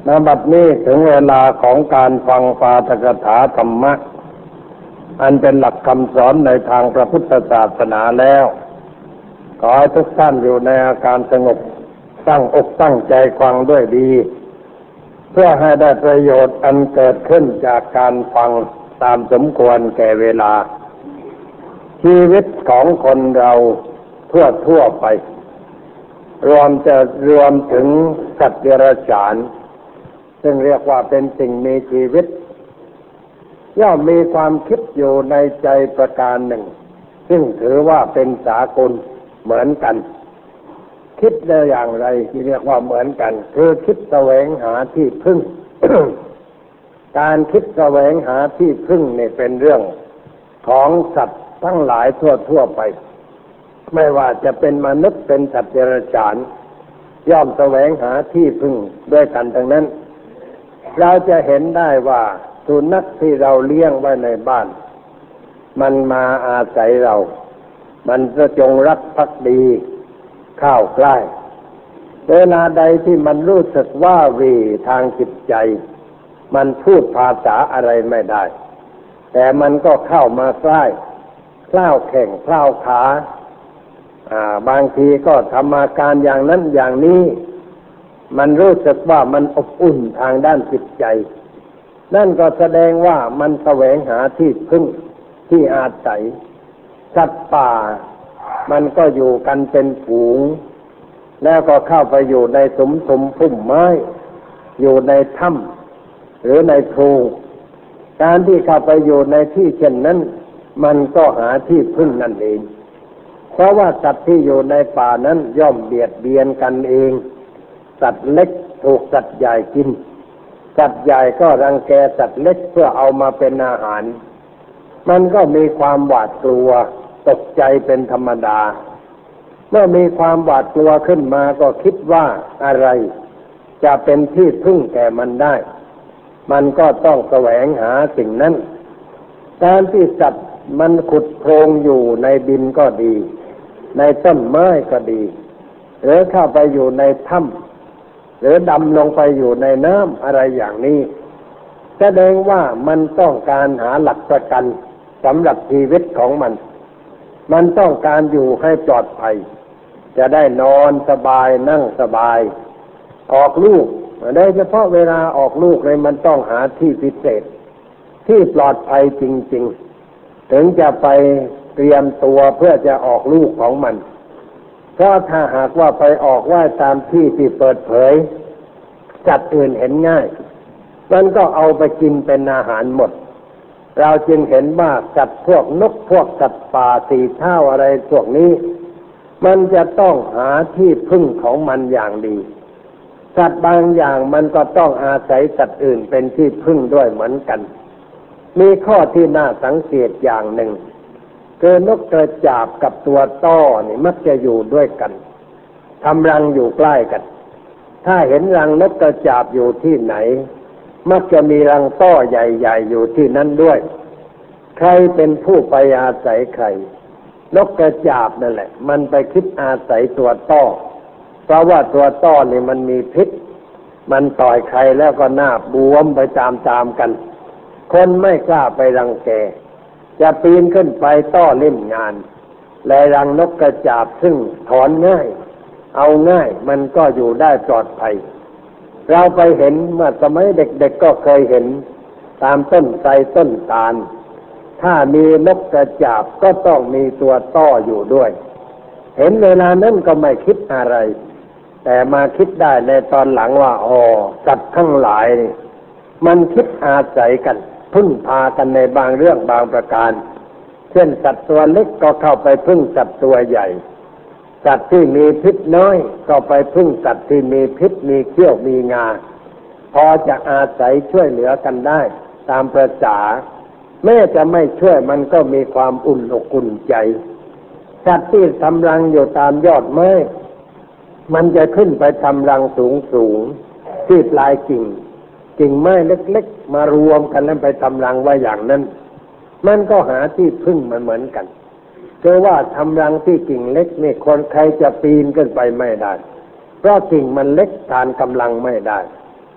ณ บัดนี้ถึงเวลาของการฟังปาฐกถาธรรมะอันเป็นหลักคำสอนในทางพระพุทธศาสนาแล้วขอให้ทุกท่านอยู่ในอาการสงบตั้งอกตั้งใจฟังด้วยดีเพื่อให้ได้ประโยชน์อันเกิดขึ้นจากการฟังตามสมควรแก่เวลาชีวิตของคนเราทั่วไปรวมถึงสัตว์เดรัจฉานซึ่งเรียกว่าเป็นสิ่งมีชีวิตย่อมมีความคิดอยู่ในใจประการหนึ่งซึ่งถือว่าเป็นสากลเหมือนกันคิดได้อย่างไรที่เรียกว่าเหมือนกันคือคิดแสวงหาที่พึ่ง การคิดแสวงหาที่พึ่งนี่เป็นเรื่องของสัตว์ทั้งหลายทั่วไปไม่ว่าจะเป็นมนุษย์เป็นสัตว์เดรัจฉานย่อมแสวงหาที่พึ่งด้วยกันทั้งนั้นเราจะเห็นได้ว่าสุนัขที่เราเลี้ยงไว้ในบ้านมันมาอาศัยเรามันจะจงรักภักดีเข้าใกล้เวลาใดที่มันรู้สึกว่าวีทางจิตใจมันพูดภาษาอะไรไม่ได้แต่มันก็เข้ามาใกล้คล้าวแข่งคล้าวขาบางทีก็ทำอาการอย่างนั้นอย่างนี้มันรู้สึกว่ามันอบอุ่นทางด้านจิตใจนั่นก็แสดงว่ามันแสวงหาที่พึ่งที่อาศัยสัตว์ป่ามันก็อยู่กันเป็นฝูงแล้วก็เข้าไปอยู่ในสุมพุ่มไม้อยู่ในถ้ำหรือในโพรงการที่เข้าไปอยู่ในที่เช่นนั้นมันก็หาที่พึ่งนั่นเองเพราะว่าสัตว์ที่อยู่ในป่านั้นย่อมเบียดเบียนกันเองสัตว์เล็กถูกสัตว์ใหญ่กินสัตว์ใหญ่ก็รังแกสัตว์เล็กเพื่อเอามาเป็นอาหารมันก็มีความหวาดกลัวตกใจเป็นธรรมดาเมื่อมีความหวาดกลัวขึ้นมาก็คิดว่าอะไรจะเป็นที่พึ่งแก่มันได้มันก็ต้องแสวงหาสิ่งนั้นการที่สัตว์มันขุดโพรงอยู่ในดินก็ดีในต้นไม้ก็ดีหรือเข้าไปอยู่ในถ้ำหรือดำลงไปอยู่ในน้ำอะไรอย่างนี้แสดงว่ามันต้องการหาหลักประกันสำหรับชีวิตของมันต้องการอยู่ให้ปลอดภัยจะได้นอนสบายนั่งสบายออกลูกโดยเฉพาะเวลาออกลูกเลยมันต้องหาที่พิเศษที่ปลอดภัยจริงๆถึงจะไปเตรียมตัวเพื่อจะออกลูกของมันเพราะถ้าหากว่าไปออกว่ายตามที่ที่เปิดเผยสัตว์อื่นเห็นง่ายมันก็เอาไปกินเป็นอาหารหมดเราจึงเห็นว่าสัตว์พวกนกพวกสัตว์ป่าสี่เท้าอะไรพวกนี้มันจะต้องหาที่พึ่งของมันอย่างดีสัตว์บางอย่างมันก็ต้องอาศัยสัตว์อื่นเป็นที่พึ่งด้วยเหมือนกันมีข้อที่น่าสังเกตอย่างหนึ่งคือนกกระจาบกับตัวต้อนี่มักจะอยู่ด้วยกันทำรังอยู่ใกล้กันถ้าเห็นรังนกกระจาบอยู่ที่ไหนมักจะมีรังต้อใหญ่ๆอยู่ที่นั้นด้วยใครเป็นผู้ไปอาศัยใครนกกระจาบนั่นแหละมันไปคิดอาศัยตัวต้อเพราะว่าตัวต้อนี่มันมีพิษมันต่อยใครแล้วก็หน้าบวมไปตามกันคนไม่กล้าไปรังแกจะปีนขึ้นไปต้อเล่นงานและรังนกกระจาบซึ่งถอนง่ายเอาง่ายมันก็อยู่ได้ปลอดภัยเราไปเห็นเมื่อสมัยเด็กๆก็เคยเห็นตามต้นไทรต้นตาลถ้ามีนกกระจาบก็ต้องมีตัวต้ออยู่ด้วยเห็นเวลานั้นก็ไม่คิดอะไรแต่มาคิดได้ในตอนหลังว่าสัตว์ทั้งหลายมันคิดอาศัยกันพึ่งพากันในบางเรื่องบางประการเช่นสัตว์ตัวเล็กก็เข้าไปพึ่งสัตว์ตัวใหญ่สัตว์ที่มีพิษน้อยก็ไปพึ่งสัตว์ที่มีพิษมีเขี้ยวมีงาพอจะอาศัยช่วยเหลือกันได้ตามประสาแม้จะไม่ช่วยมันก็มีความอุ่นอกอุ่นใจสัตว์ที่ทำรังอยู่ตามยอดไม้มันจะขึ้นไปทำรังสูงที่ปลายกิ่งไม้เล็กๆมารวมกันแล้วไปทำรังไว้อย่างนั้นมันก็หาที่พึ่งมันเหมือนกันคือว่าทำรังที่กิ่งเล็กนี่คนใครจะปีนขึ้นไปไม่ได้เพราะกิ่งมันเล็กทานกำลังไม่ได้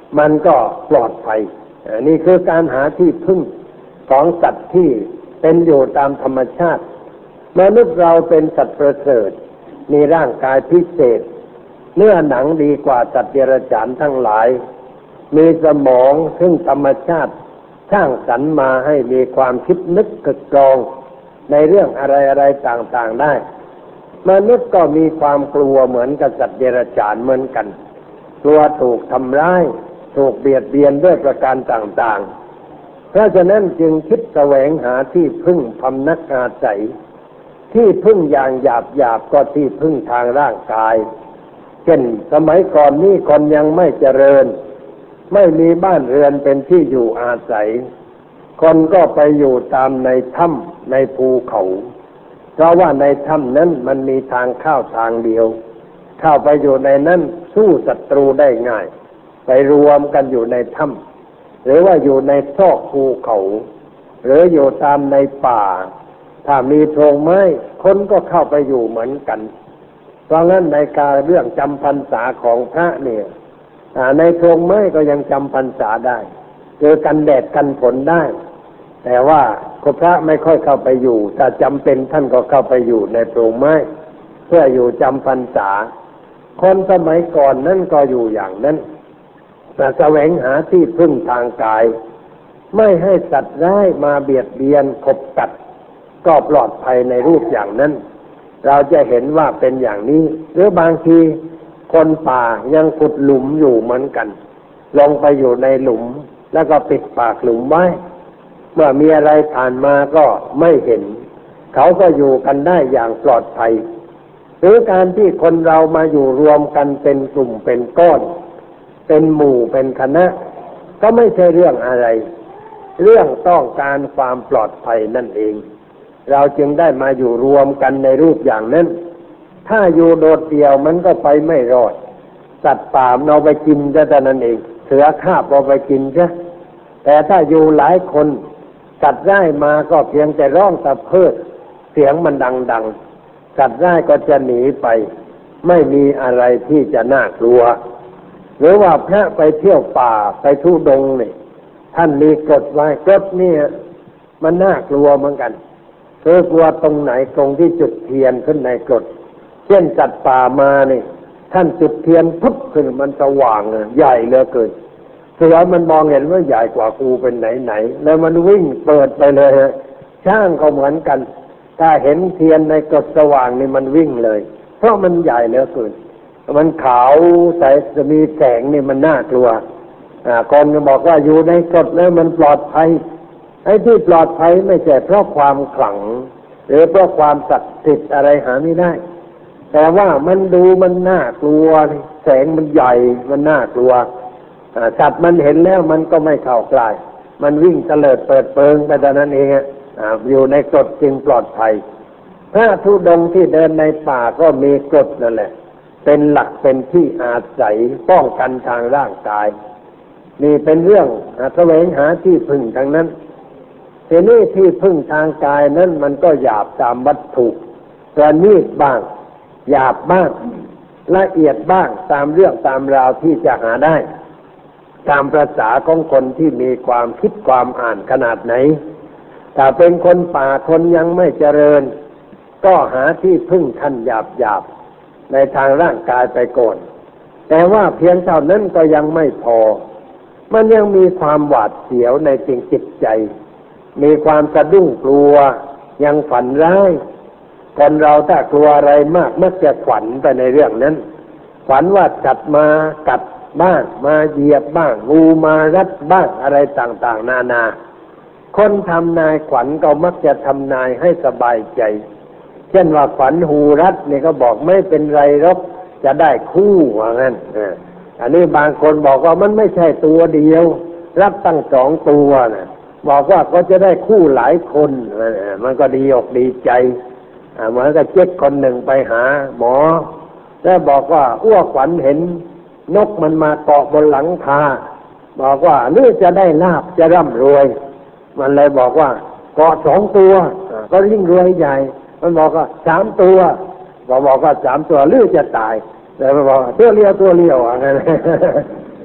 มันก็ปลอดภัยนี่คือการหาที่พึ่งของสัตว์ที่เป็นอยู่ตามธรรมชาติมนุษย์เราเป็นสัตว์ประเสริฐมีร่างกายพิเศษเนื้อหนังดีกว่าสัตว์เดรัจฉานทั้งหลายมีสมองซึ่งธรรมชาติสร้างสรรค์มาให้มีความคิดนึกตรึกตรองในเรื่องอะไรๆต่างๆได้มนุษย์ก็มีความกลัวเหมือนกับสัตว์เดรัจฉานเหมือนกันกลัวถูกทำร้ายถูกเบียดเบียนด้วยประการต่างๆเพราะฉะนั้นจึงคิดแสวงหาที่พึ่งพำนักอาศัยที่พึ่งอย่างหยาบๆก็ที่พึ่งทางร่างกายเช่นสมัยก่อนนี้คนยังไม่เจริญไม่มีบ้านเรือนเป็นที่อยู่อาศัยคนก็ไปอยู่ตามในถ้ำในภูเขาเพราะว่าในถ้ำนั้นมันมีทางเข้าทางเดียวเข้าไปอยู่ในนั้นสู้ศัตรูได้ง่ายไปรวมกันอยู่ในถ้ำหรือว่าอยู่ในซอกภูเขาหรืออยู่ตามในป่าถ้ามีโพรงไม้คนก็เข้าไปอยู่เหมือนกันเพราะงั้นในการเรื่องจำพรรษาของพระเนี่ยในโพรงไม้ก็ยังจำพรรษาได้คือกันแดดกันฝนได้แต่ว่าพระไม่ค่อยเข้าไปอยู่ถ้าจำเป็นท่านก็เข้าไปอยู่ในโพรงไม้เพื่ออยู่จำพรรษาคนสมัยก่อนนั่นก็อยู่อย่างนั้นแต่แสวงหาที่พึ่งทางกายไม่ให้สัตว์ร้ายมาเบียดเบียนขบกัดก็ปลอดภัยในรูปอย่างนั้นเราจะเห็นว่าเป็นอย่างนี้หรือบางทีคนป่ายังขุดหลุมอยู่เหมือนกันลงไปอยู่ในหลุมแล้วก็ปิดปากหลุมไว้เมื่อมีอะไรผ่านมาก็ไม่เห็นเขาก็อยู่กันได้อย่างปลอดภัยหรือการที่คนเรามาอยู่รวมกันเป็นกลุ่มเป็นก้อนเป็นหมู่เป็นคณะก็ไม่ใช่เรื่องอะไรเรื่องต้องการความปลอดภัยนั่นเองเราจึงได้มาอยู่รวมกันในรูปอย่างนั้นถ้าอยู่โดดเดี่ยวมันก็ไปไม่รอดสัตว์ป่าเอาไปกินแต่นั้นเองเสือคาบเอาไปกินใช่แต่ถ้าอยู่หลายคนสัตว์ร้ายมาก็เพียงแต่ร้องตะเพิดเสียงมันดังๆสัตว์ร้ายก็จะหนีไปไม่มีอะไรที่จะน่ากลัวหรือว่าพระไปเที่ยวป่าไปธุดงค์นี่ท่านมีกฎไว้กฎนี่มันน่ากลัวเหมือนกันคือกลัวตรงไหนตรงที่จุดเทียนขึ้นในกฎเช่นสัตว์ป่ามานี่ท่านจุดเทียนปุ๊บขึ้นมันสว่างใหญ่เหลือเกินเสือมันมองเห็นว่าใหญ่กว่ากูเป็นไหนแล้วมันวิ่งเปิดไปเลยช้างก็เหมือนกันถ้าเห็นเทียนในกฎสว่างนี่มันวิ่งเลยเพราะมันใหญ่เหลือเกินมันขาวใสจะมีแสงนี่มันน่ากลัวคนก็บอกว่าอยู่ในกฎแล้วมันปลอดภัยไอ้ที่ปลอดภัยไม่ใช่เพราะความขลังหรือเพราะความศักดิ์สิทธิ์อะไรหาไม่ได้แต่ว่ามันดูมันน่ากลัวแสงมันใหญ่มันน่ากลัวสัตว์มันเห็นแล้วมันก็ไม่เข้าใกล้มันวิ่งเตลิดเปิดเปิงไปแต่นั้นเองอยู่ในกฎจึงปลอดภัยพระธุดงค์ที่เดินในป่าก็มีกฎนั่นแหละเป็นหลักเป็นที่อาศัยป้องกันทางร่างกายนี่เป็นเรื่องแสวงหาที่พึ่งทางนั้นทีนี้ที่พึ่งทางกายนั้นมันก็หยาบตามวัตถุประณีตบ้างหยาบบ้างละเอียดบ้างตามเรื่องตามราวที่จะหาได้ตามประสาของคนที่มีความคิดความอ่านขนาดไหนถ้าเป็นคนป่าคนยังไม่เจริญก็หาที่พึ่งขั้นหยาบในทางร่างกายไปก่อนแต่ว่าเพียงเท่านั้นก็ยังไม่พอมันยังมีความหวาดเสียวในจิตใจมีความสะดุ้งกลัวยังฝันร้ายคนเราถ้ากลัวอะไรมากมักจะฝันไปในเรื่องนั้นฝันว่าจัดมากัดบ้างมาเหยียบบ้างงูมารัดบ้างอะไรต่างๆนานาคนทำนายขวัญก็มักจะทำนายให้สบายใจเช่นว่าฝันหูรัดนี่ก็บอกไม่เป็นไรหรอกจะได้คู่ว่างั้นอันนี้บางคนบอกว่ามันไม่ใช่ตัวเดียวรับตั้ง2 ตัวนะบอกว่าก็จะได้คู่หลายคนมันก็ดีอกดีใจเหมือนกับเจ๊กคนหนึ่งไปหาหมอแล้วบอกว่าอ้วกขวัญเห็นนกมันมาเกาะบนหลังคาบอกว่าหรือจะได้ลาภจะร่ำรวยมันเลยบอกว่าเกาะ2 ตัวก็ยิ่งรวยใหญ่มันบอกว่า3 ตัวบอกว่า3 ตัวหรือจะตายแต่มันบอกตัวเลี้ยวอะไร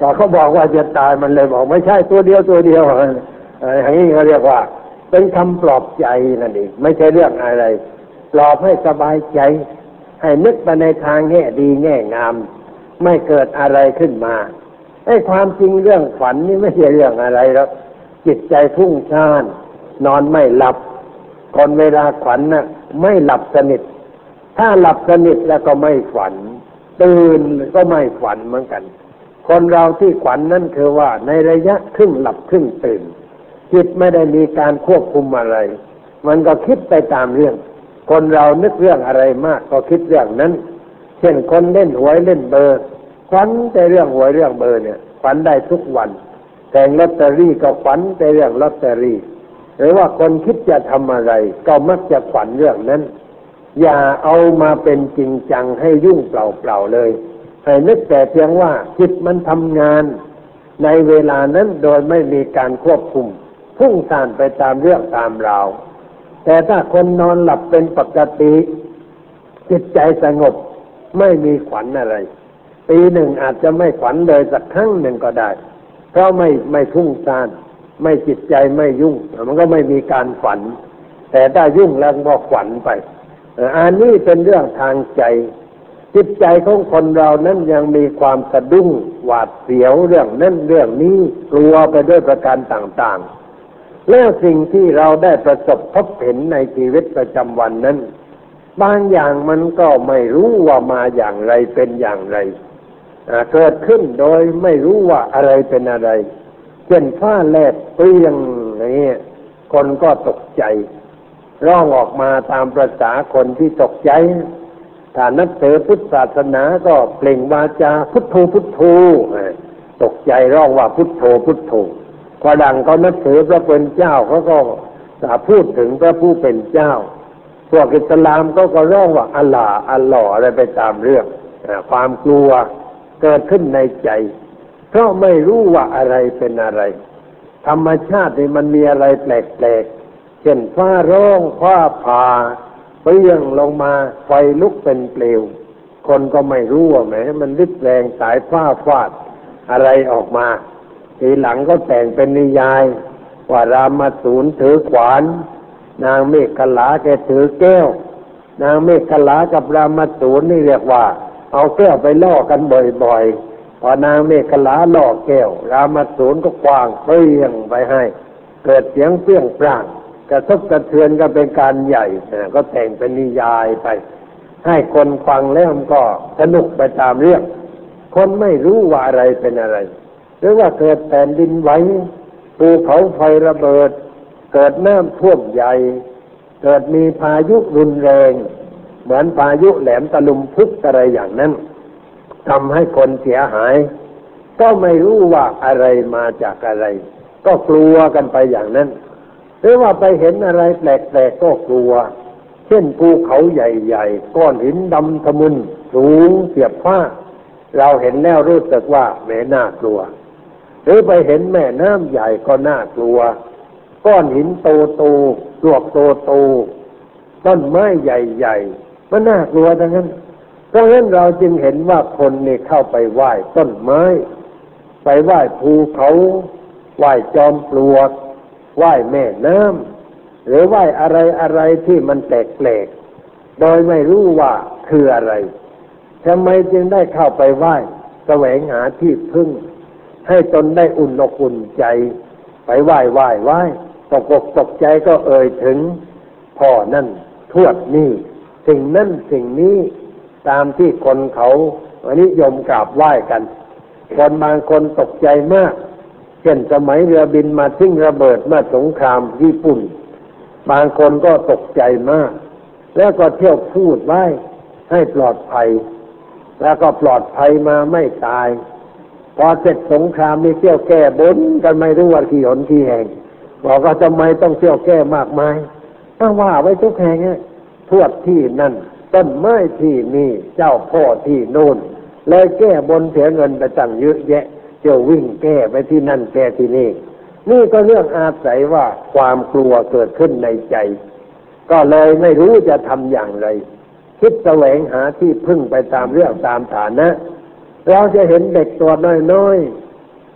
ก็เขาบอกว่าจะตายมันเลยบอกไม่ใช่ตัวเดียวอย่างนี้เขาเรียกว่าเป็นคำปลอบใจนั่นเองไม่ใช่เรื่องอะไรปลอบให้สบายใจให้นึกไปในทางแง่ดีแง่งามไม่เกิดอะไรขึ้นมาความจริงเรื่องฝันนี่ไม่ใช่เรื่องอะไรหรอกจิตใจฟุ้งซ่านนอนไม่หลับคนเวลาฝันน่ะไม่หลับสนิทถ้าหลับสนิทแล้วก็ไม่ฝันตื่นก็ไม่ฝันเหมือนกันคนเราที่ฝันนั่นคือว่าในระยะครึ่งหลับครึ่งตื่นจิตไม่ได้มีการควบคุมอะไรมันก็คิดไปตามเรื่องคนเรานึกเรื่องอะไรมากก็คิดเรื่องนั้นเช่นคนเล่นหวยเล่นเบอร์ฝันแต่เรื่องหวยเรื่องเบอร์เนี่ยฝันได้ทุกวันแต่งลอตเตอรี่ก็ฝันแต่เรื่องลอตเตอรี่หรือว่าคนคิดจะทำอะไรก็มักจะฝันเรื่องนั้นอย่าเอามาเป็นจริงจังให้ยุ่งเปล่าๆเลยให้นึกแต่เพียงว่าจิตมันทำงานในเวลานั้นโดยไม่มีการควบคุมพุ่งซ่านไปตามเรื่องตามราวแต่ถ้าคนนอนหลับเป็นปกติจิตใจสงบไม่มีฝันอะไรปีหนึ่งอาจจะไม่ฝันเลยสักครั้งหนึ่งก็ได้เพราะไม่พุ่งซ่านไม่จิตใจไม่ยุ่งมันก็ไม่มีการฝันแต่ถ้ายุ่งแล้วก็ฝันไปอันนี้เป็นเรื่องทางใจจิตใจของคนเรานั้นยังมีความสะดุ้งหวาดเสียวเรื่องนั้นเรื่องนี้กลัวไปด้วยประการต่างๆแล้วสิ่งที่เราได้ประสบพบเห็นในชีวิตประจำวันนั้นบางอย่างมันก็ไม่รู้ว่ามาอย่างไรเป็นอย่างไรเกิดขึ้นโดยไม่รู้ว่าอะไรเป็นอะไรเช่นฟ้าแลบเปรี้ยงอย่างนี้คนก็ตกใจร้องออกมาตามประสาคนที่ตกใจถ้านับถือพุทธศาสนาก็เปล่งวาจาพุทโธพุทโธตกใจร้องว่าพุทโธพุทโธฝรั่งเขานับถือพระเป็นเจ้าเขาก็พูดถึงพระผู้เป็นเจ้าพวกอิสลามก็ร้องว่าอัลลอฮ์อัลลอฮ์อะไรไปตามเรื่องความกลัวเกิดขึ้นในใจเพราะไม่รู้ว่าอะไรเป็นอะไรธรรมชาตินี่มันมีอะไรแปลกๆเช่นฟ้าร้องฟ้าผ่าเปรี้ยงลงมาไฟลุกเป็นเปลวคนก็ไม่รู้ว่าแหมมันริดแรงสายฟ้าฟาดอะไรออกมาทีหลังก็แต่งเป็นนิยายว่ารามาสูรถือขวานนางเมขลาแกถือแก้วนางเมขลากับรามาสูรนี่เรียกว่าเอาแก้วไปล่อกันบ่อยๆพอนางเมขลาล่อแก้วรามาสูรก็กวางเปรี้ยงไปให้เกิดเสียงเปรี้ยงปร้างกระทบกระเทือนก็เป็นการใหญ่ก็แต่งเป็นนิยายไปให้คนฟังแล้วมันก็สนุกไปตามเรื่องคนไม่รู้ว่าอะไรเป็นอะไรหรือว่าเกิดแผ่นดินไหวภูเขาไฟระเบิดเกิดน้ำท่วมใหญ่เกิดมีพายุรุนแรงเหมือนพายุแหลมตะลุมพุกอะไรอย่างนั้นทำให้คนเสียหายก็ไม่รู้ว่าอะไรมาจากอะไรก็กลัวกันไปอย่างนั้นหรือว่าไปเห็นอะไรแปลกๆก็กลัวเช่นภูเขาใหญ่ๆก้อนหินดำทะมึนสูงเสียบฟ้าเราเห็นแล้วรู้สึกว่าแม่น่ากลัวหรือไปเห็นแม่น้ำใหญ่ก็น่ากลัวก้อนหินโตๆดวกโตๆต้นไม้ใหญ่ๆมันน่ากลัวทั้งนั้นเพราะฉะนั้นเราจึงเห็นว่าคนนี่เข้าไปไหว้ต้นไม้ไปไหว้ภูเขาไหว้จอมปลวกไหว้แม่น้ำหรือไหว้อะไรที่มันแปลกๆโดยไม่รู้ว่าคืออะไรทำไมจึงได้เข้าไปไหว้แสวงหาที่พึ่งให้ตนได้อุ่นอกอุ่นใจไปไหว้ตกอกตกใจก็เอ่ยถึงพ่อนั่นทวดนี่สิ่งนั่นสิ่งนี้ตามที่คนเขานิยมกราบไหว้กันคนบางคนตกใจมากเช่นสมัยเรือบินมาทิ้งระเบิดเมื่อสงครามญี่ปุ่นบางคนก็ตกใจมากแล้วก็เที่ยวพูดไว้ให้ปลอดภัยแล้วก็ปลอดภัยมาไม่ตายพอเสร็จสงครามมีเที่ยวแก้บนกันไม่รู้ว่ากี่หนกี่แห่งบอกว่าทำไมต้องเที่ยวแก้มากมายถ้าว่าไว้ทุกแห่งทวดที่นั่นต้นไม้ที่นี่เจ้าพ่อที่โน่นเลยแก้บนเสียเงินไปตั้งเยอะแยะเที่ยววิ่งแก้ไปที่นั่นแก้ที่นี่นี่ก็เรื่องอาศัยว่าความกลัวเกิดขึ้นในใจก็เลยไม่รู้จะทำอย่างไรคิดแสวงหาที่พึ่งไปตามเรื่องตามฐานะเราจะเห็นเด็กตัวน้อยๆ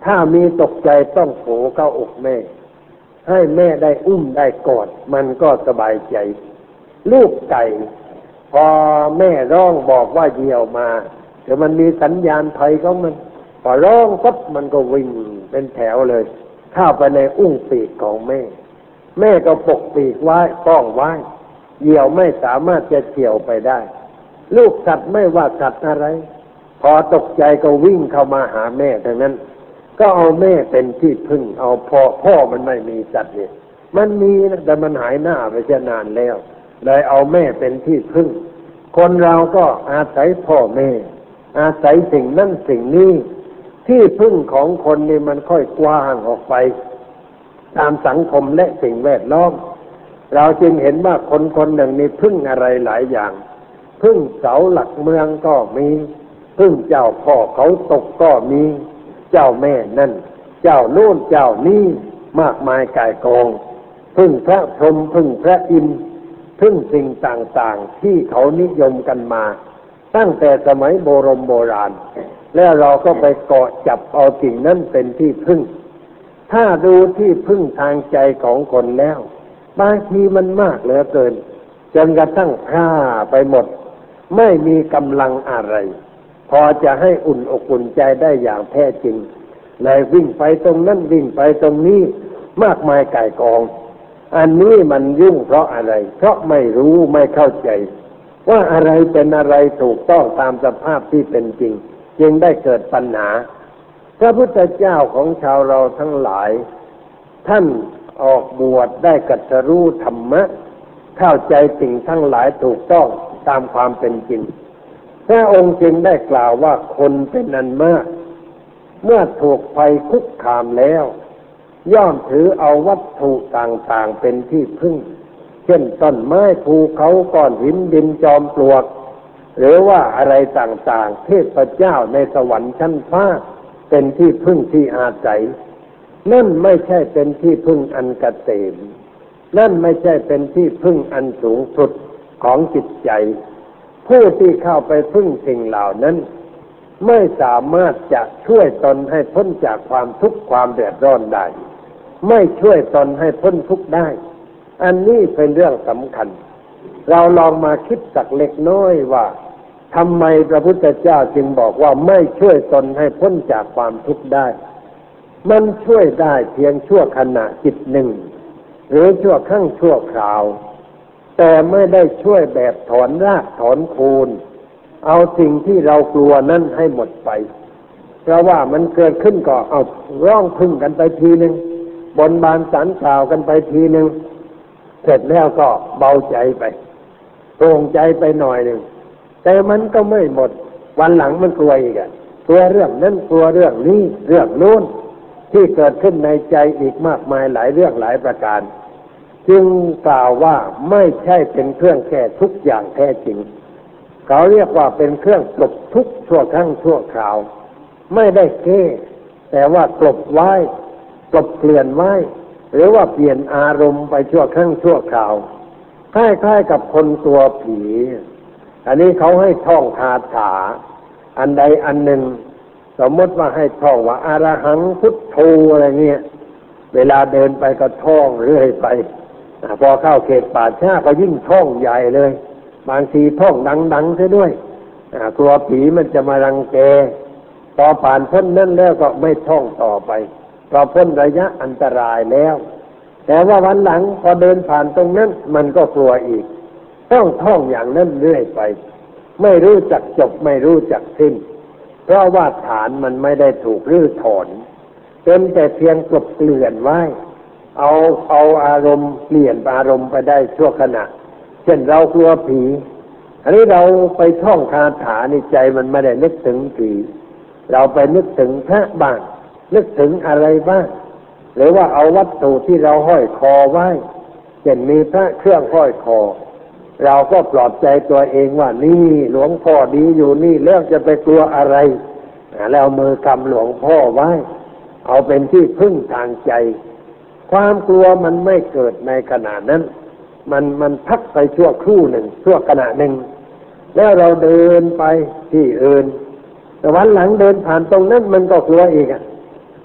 ถ้ามีตกใจต้องโผล่เข้าอกแม่ให้แม่ได้อุ้มได้กอดมันก็สบายใจลูกไก่พอแม่ร้องบอกว่าเหยี่ยวมาเดี๋ยวมันมีสัญญาณภัยของมันพอร้องปั๊บมันก็วิ่งเป็นแถวเลยเข้าไปในอุ้งปีกของแม่แม่ก็ปกปีกไว้ป้องไว้เหยี่ยวไม่สามารถจะเฉี่ยวไปได้ลูกสัตว์ไม่ว่าสัตว์อะไรพอตกใจก็วิ่งเข้ามาหาแม่ดังนั้นก็เอาแม่เป็นที่พึ่งเอาพ่อมันไม่มีสัตว์เนี่ยมันมีนะแต่มันหายหน้าไปจะนานแล้วเลยเอาแม่เป็นที่พึ่งคนเราก็อาศัยพ่อแม่อาศัยสิ่งนั่นสิ่งนี้ที่พึ่งของคนนี่มันค่อยกว้างออกไปตามสังคมและสิ่งแวดล้อมเราจึงเห็นว่าคนคนหนึ่งนี่พึ่งอะไรหลายอย่างพึ่งเสาหลักเมืองก็มีพึ่งเจ้าพ่อเขาตกก็มีเจ้าแม่นั่นเจ้าโน่นเจ้านี้มากมายก่ายกองพึ่งพระพรหมพึ่งพระอินทร์พึ่งสิ่งต่างๆที่เขานิยมกันมาตั้งแต่สมัยโบราณแล้วเราก็ไปเกาะจับเอาสิ่งนั้นเป็นที่พึ่งถ้าดูที่พึ่งทางใจของคนแล้วบางทีมันมากเหลือเกินจนกระทั่งพร่าไปหมดไม่มีกำลังอะไรพอจะให้อุ่นอกอุ่นใจได้อย่างแท้จริงเลยวิ่งไปตรงนั้นวิ่งไปตรงนี้มากมายก่ายกองอันนี้มันยุ่งเพราะอะไรเพราะไม่รู้ไม่เข้าใจว่าอะไรเป็นอะไรถูกต้องตามสภาพที่เป็นจริงจึงได้เกิดปัญหาพระพุทธเจ้าของชาวเราทั้งหลายท่านออกบวชได้ตรัสรู้ธรรมะเข้าใจสิ่งทั้งหลายถูกต้องตามความเป็นจริงพระองค์จึงได้กล่าวว่าคนเป็นอันมากเมื่อถูกภัยคุกคามแล้วย่อมถือเอาวัตถุต่างๆเป็นที่พึ่งเช่นต้นไม้ภูเขาก้อนหินดินจอมปลวกหรือว่าอะไรต่างๆเทพเจ้าในสวรรค์ชั้นฟ้าเป็นที่พึ่งที่อาศัยนั่นไม่ใช่เป็นที่พึ่งอันเกษมนั่นไม่ใช่เป็นที่พึ่งอันสูงสุดของจิตใจผู้ที่เข้าไปพึ่งสิ่งเหล่านั้นไม่สามารถจะช่วยตนให้พ้นจากความทุกข์ความเดือดร้อนได้ไม่ช่วยตนให้พ้นทุกข์ได้อันนี้เป็นเรื่องสำคัญเราลองมาคิดสักเล็กน้อยว่าทำไมพระพุทธเจ้าจึงบอกว่าไม่ช่วยตนให้พ้นจากความทุกข์ได้มันช่วยได้เพียงชั่วขณะจิตหนึ่งหรือชั่วครั้งชั่วคราวแต่ไม่ได้ช่วยแบบถอนรากถอนโคนเอาสิ่งที่เรากลัวนั้นให้หมดไปเพราะว่ามันเกิดขึ้นก็เอาร้องพึ่งกันไปทีนึงบนบานสารกล่าวกันไปทีนึงเสร็จแล้วก็เบาใจไปโปร่งใจไปหน่อยหนึ่งแต่มันก็ไม่หมดวันหลังมันกลัวอีกกลัวเรื่องนั้นกลัวเรื่องนี้เรื่องโน้นที่เกิดขึ้นในใจอีกมากมายหลายเรื่องหลายประการจึงกล่าวว่าไม่ใช่เป็นเครื่องแก้ทุกอย่างแท้จริงเขาเรียกว่าเป็นเครื่องกลบทุกข์ชั่วครั้งชั่วคราวไม่ได้แก้แต่ว่ากลบไว้กลบเกลื่อนไว้หรือว่าเปลี่ยนอารมณ์ไปชั่วครั้งชั่วคราวคล้ายๆกับคนตัวผีอันนี้เขาให้ท่องคาถาอันใดอันหนึ่งสมมติว่าให้ท่องว่าอรหังพุทโธอะไรเงี้ยเวลาเดินไปก็ท่องเรื่อยไปพอเข้าเขตป่าช้าก็ยิ่งท่องใหญ่เลยบางทีท่องดังๆซะด้วยกลัวผีมันจะมารังแกพอผ่านพ้นนั้นแล้วก็ไม่ท่องต่อไปพอพ้นระยะอันตรายแล้วแต่ว่าวันหลังพอเดินผ่านตรงนั้นมันก็กลัวอีกต้องท่องอย่างนั้นเรื่อยไปไม่รู้จักจบไม่รู้จักสิ้นเพราะว่าฐานมันไม่ได้ถูกรื้อถอนเป็นแต่เพียงกลบเกลื่อนไว้เอาอารมณ์เปลี่ยนอารมณ์ไปได้ชั่วขณะเช่นเรากลัวผีอันนี้เราไปท่องคาถาในใจมันไม่ได้นึกถึงผีเราไปนึกถึงพระบ้างนึกถึงอะไรบ้างหรือว่าเอาวัตถุที่เราห้อยคอไว้เช่นมีพระเครื่องห้อยคอเราก็ปลอบใจตัวเองว่านี่หลวงพ่อดีอยู่นี่แล้วจะไปกลัวอะไรแล้วมือกำหลวงพ่อไว้เอาเป็นที่พึ่งทางใจความกลัวมันไม่เกิดในขณะนั้นมันพักไปชั่วครู่หนึ่งชั่วขณะหนึ่งแล้วเราเดินไปที่อื่นแต่วันหลังเดินผ่านตรงนั้นมันก็กลัวอีกพ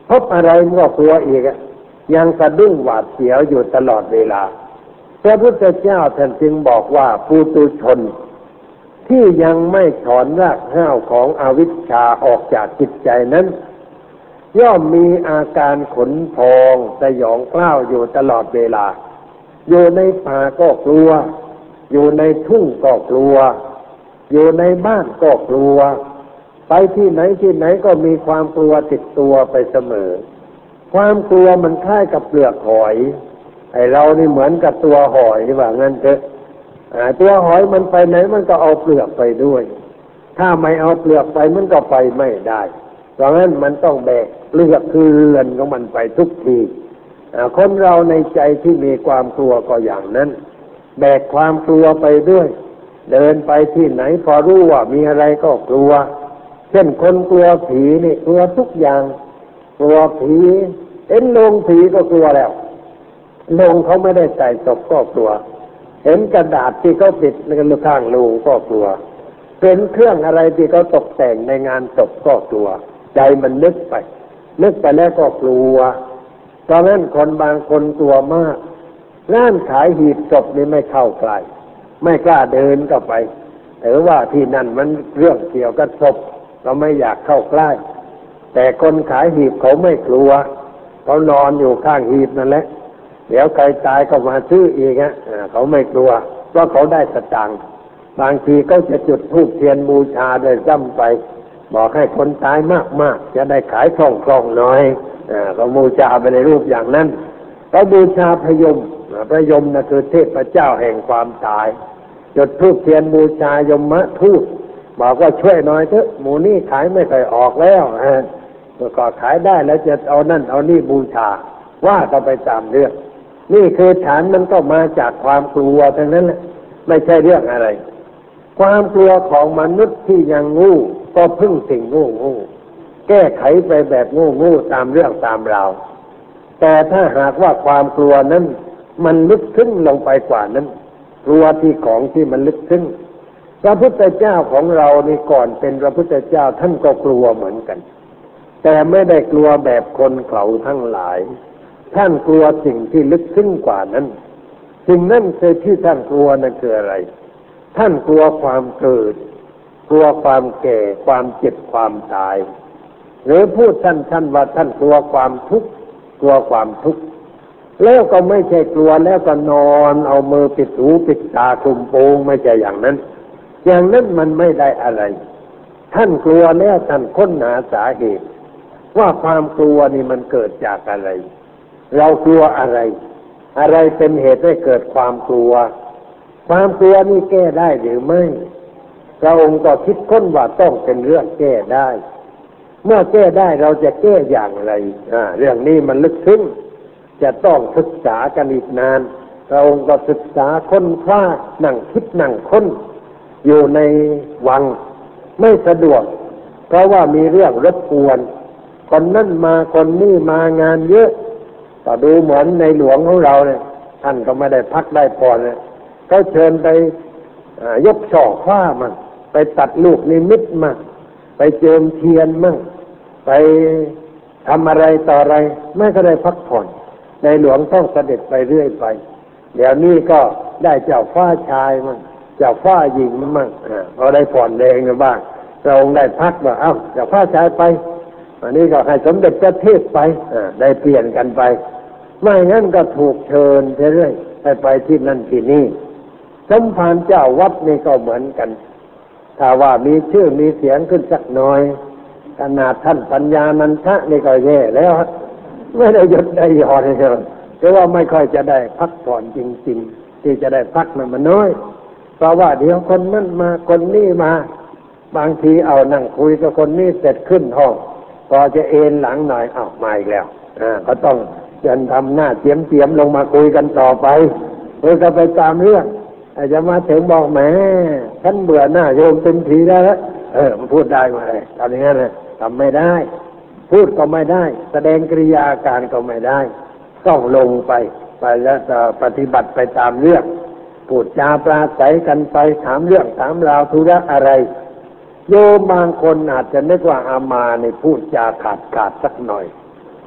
พบอะไรมันก็กลัวอีกยังสะดุ้งหวาดเสียวอยู่ตลอดเวลาพระพุทธเจ้าท่านจึงบอกว่าปุถุชนที่ยังไม่ถอนรากเหง้าของอวิชชาออกจากจิตใจนั้นย่อมมีอาการขนพองสยองกล้าวอยู่ตลอดเวลาอยู่ในป่าก็กลัวอยู่ในทุ่งก็กลัวอยู่ในบ้านก็กลัวไปที่ไหนที่ไหนก็มีความกลัวติดตัวไปเสมอความกลัวมันคล้ายกับเปลือกหอยไอ้เรานี่เหมือนกับตัวหอยว่างั้นเถอะตัวหอยมันไปไหนมันก็เอาเปลือกไปด้วยถ้าไม่เอาเปลือกไปมันก็ไปไม่ได้เพราะงั้นมันต้องแบกเปลือกคือเรือนของมันไปทุกทีคนเราในใจที่มีความกลัวก็อย่างนั้นแบกความกลัวไปด้วยเดินไปที่ไหนพอรู้ว่ามีอะไรก็กลัวเช่นคนกลัวผีนี่กลัวทุกอย่างกลัวผีเห็นโลงผีก็กลัวแล้วโลงเขาไม่ได้ใส่ศพก็กลัวเห็นกระดาษที่เขาปิดในข้างโลงก็กลัวเป็นเครื่องอะไรที่เขาตกแต่งในงานศพก็กลัวใจมันนึกไปแล้วก็กลัวตอนนั้นคนบางคนกลัวมากร้านขายหีบศพนี่ไม่เข้าใกล้ไม่กล้าเดินเข้าไปถือว่าที่นั่นมันเรื่องเกี่ยวกับศพเราไม่อยากเข้าใกล้แต่คนขายหีบเขาไม่กลัวเขานอนอยู่ข้างหีบนั่นแหละเดี๋ยวใครตายก็มาซื้ออีกเขาไม่กลัวเพราะเขาได้สตางค์บางทีก็จะจุดธูปเทียนบูชาได้ซ้ำไปบอกให้คนตายมากๆจะได้ขายคล่องๆน้อยเขาบูชาไปในรูปอย่างนั้นเขาบูชาพยมนะคือเทพเจ้าแห่งความตายจุดธูปเทียนบูชายมทูตบอกว่าช่วยหน่อยเถอะหมูนี่ขายไม่ค่อยออกแล้วก็ขายได้แล้วจะเอานั่นเอานี่บูชาว่าก็ไปตามเรื่องนี่คือฐานมันก็มาจากความกลัวทั้งนั้นแหละไม่ใช่เรื่องอะไรความกลัวของมนุษย์ที่ยังงูก็พึ่งสิ่งงูแก้ไขไปแบบงูตามเรื่องตามราวแต่ถ้าหากว่าความกลัวนั้นมันลึกซึ้งลงไปกว่านั้นกลัวที่ของที่มันลึกซึ้งพระพุทธเจ้าของเรานี่ก่อนเป็นพระพุทธเจ้าท่านก็กลัวเหมือนกันแต่ไม่ได้กลัวแบบคนเขาทั้งหลายท่านกลัวสิ่งที่ลึกซึ้งกว่านั้นสิ่งนั้นคือที่ท่านกลัวนั่นคืออะไรท่านกลัวความเกิดกลัวความแก่ความเจ็บความตายหรือพูดท่านว่าท่านกลัวความทุกข์กลัวความทุกข์แล้วก็ไม่ใช่กลัวแล้วก็นอนเอามือปิดหูปิดตาคลุมโปงไม่ใช่อย่างนั้นมันไม่ได้อะไรท่านกลัวแล้วท่านค้นหาสาเหตุว่าความกลัวนี่มันเกิดจากอะไรเรากลัวอะไรเป็นเหตุให้เกิดความกลัวความกลัวนี่แก้ได้หรือไม่พระองค์ก็คิดค้นว่าต้องเป็นเรื่องแก้ได้เมื่อแก้ได้เราจะแก้อย่างไรเรื่องนี้มันลึกซึ้งจะต้องศึกษากันอีกนานพระองค์ก็ศึกษาค้นคว้านั่งคิดนั่งค้นอยู่ในวังไม่สะดวกเพราะว่ามีเรื่องรบกวนคนนั่นมาคนนี่มางานเยอะก็ดูเหมือนในหลวงของเราเนี่ยท่านก็ไม่ได้พักได้ผ่อนเลยเขาเชิญไปยกช่อฟ้ามั่งไปตัดลูกนิมิตมั่งไปเจิมเทียนมั่งไปทำอะไรต่ออะไรไม่ก็ได้พักผ่อนในหลวงต้องเสด็จไปเรื่อยไปเดี๋ยวนี้ก็ได้เจ้าฟ้าชายมั่งเจ้าฟ้าหญิงมั่งเราได้ผ่อนแรงกันบ้างเราได้พักว่าเจ้าฟ้าชายไปอันนี้ก็ให้สมเด็จพระเทพไปได้เปลี่ยนกันไปไม่งั้นก็ถูกเชิญเรื่อยไปที่นั่นที่นี่สมภารเจ้าวัดนี่ก็เหมือนกันถ้าว่ามีชื่อมีเสียงขึ้นสักหน่อยขนาดท่านปัญญานันทะนี่ก็แย่แล้วไม่ได้หยุดได้หย่อนเลยเพราะว่าไม่ค่อยจะได้พักผ่อนจริงๆที่จะได้พักมันน้อยเพราะว่าเดี๋ยวคนนั้นมาคนนี้มาบางทีเอานั่งคุยกับคนนี้เสร็จขึ้นห้องพอจะเอนหลังหน่อยมาอีกแล้วก็ต้องยันทำหน้าเตรียมลงมาคุยกันต่อไปเพื่อจะไปตามเรื่องอาจจะมาถึงบอกแหมฉันเบื่อหน้าโยมเต็มทีแล้วมันพูดได้ไหมทำอย่างนั้นเลยทำไม่ได้พูดก็ไม่ได้แสดงกิริยาอาการก็ไม่ได้ต้องลงไปแล้วปฏิบัติไปตามเรื่องพูดจาปราศัยกันไปถามเรื่องถามราวธุระอะไรโยมบางคนอาจจะนึกว่าอามาในพูดจาขาดสักหน่อย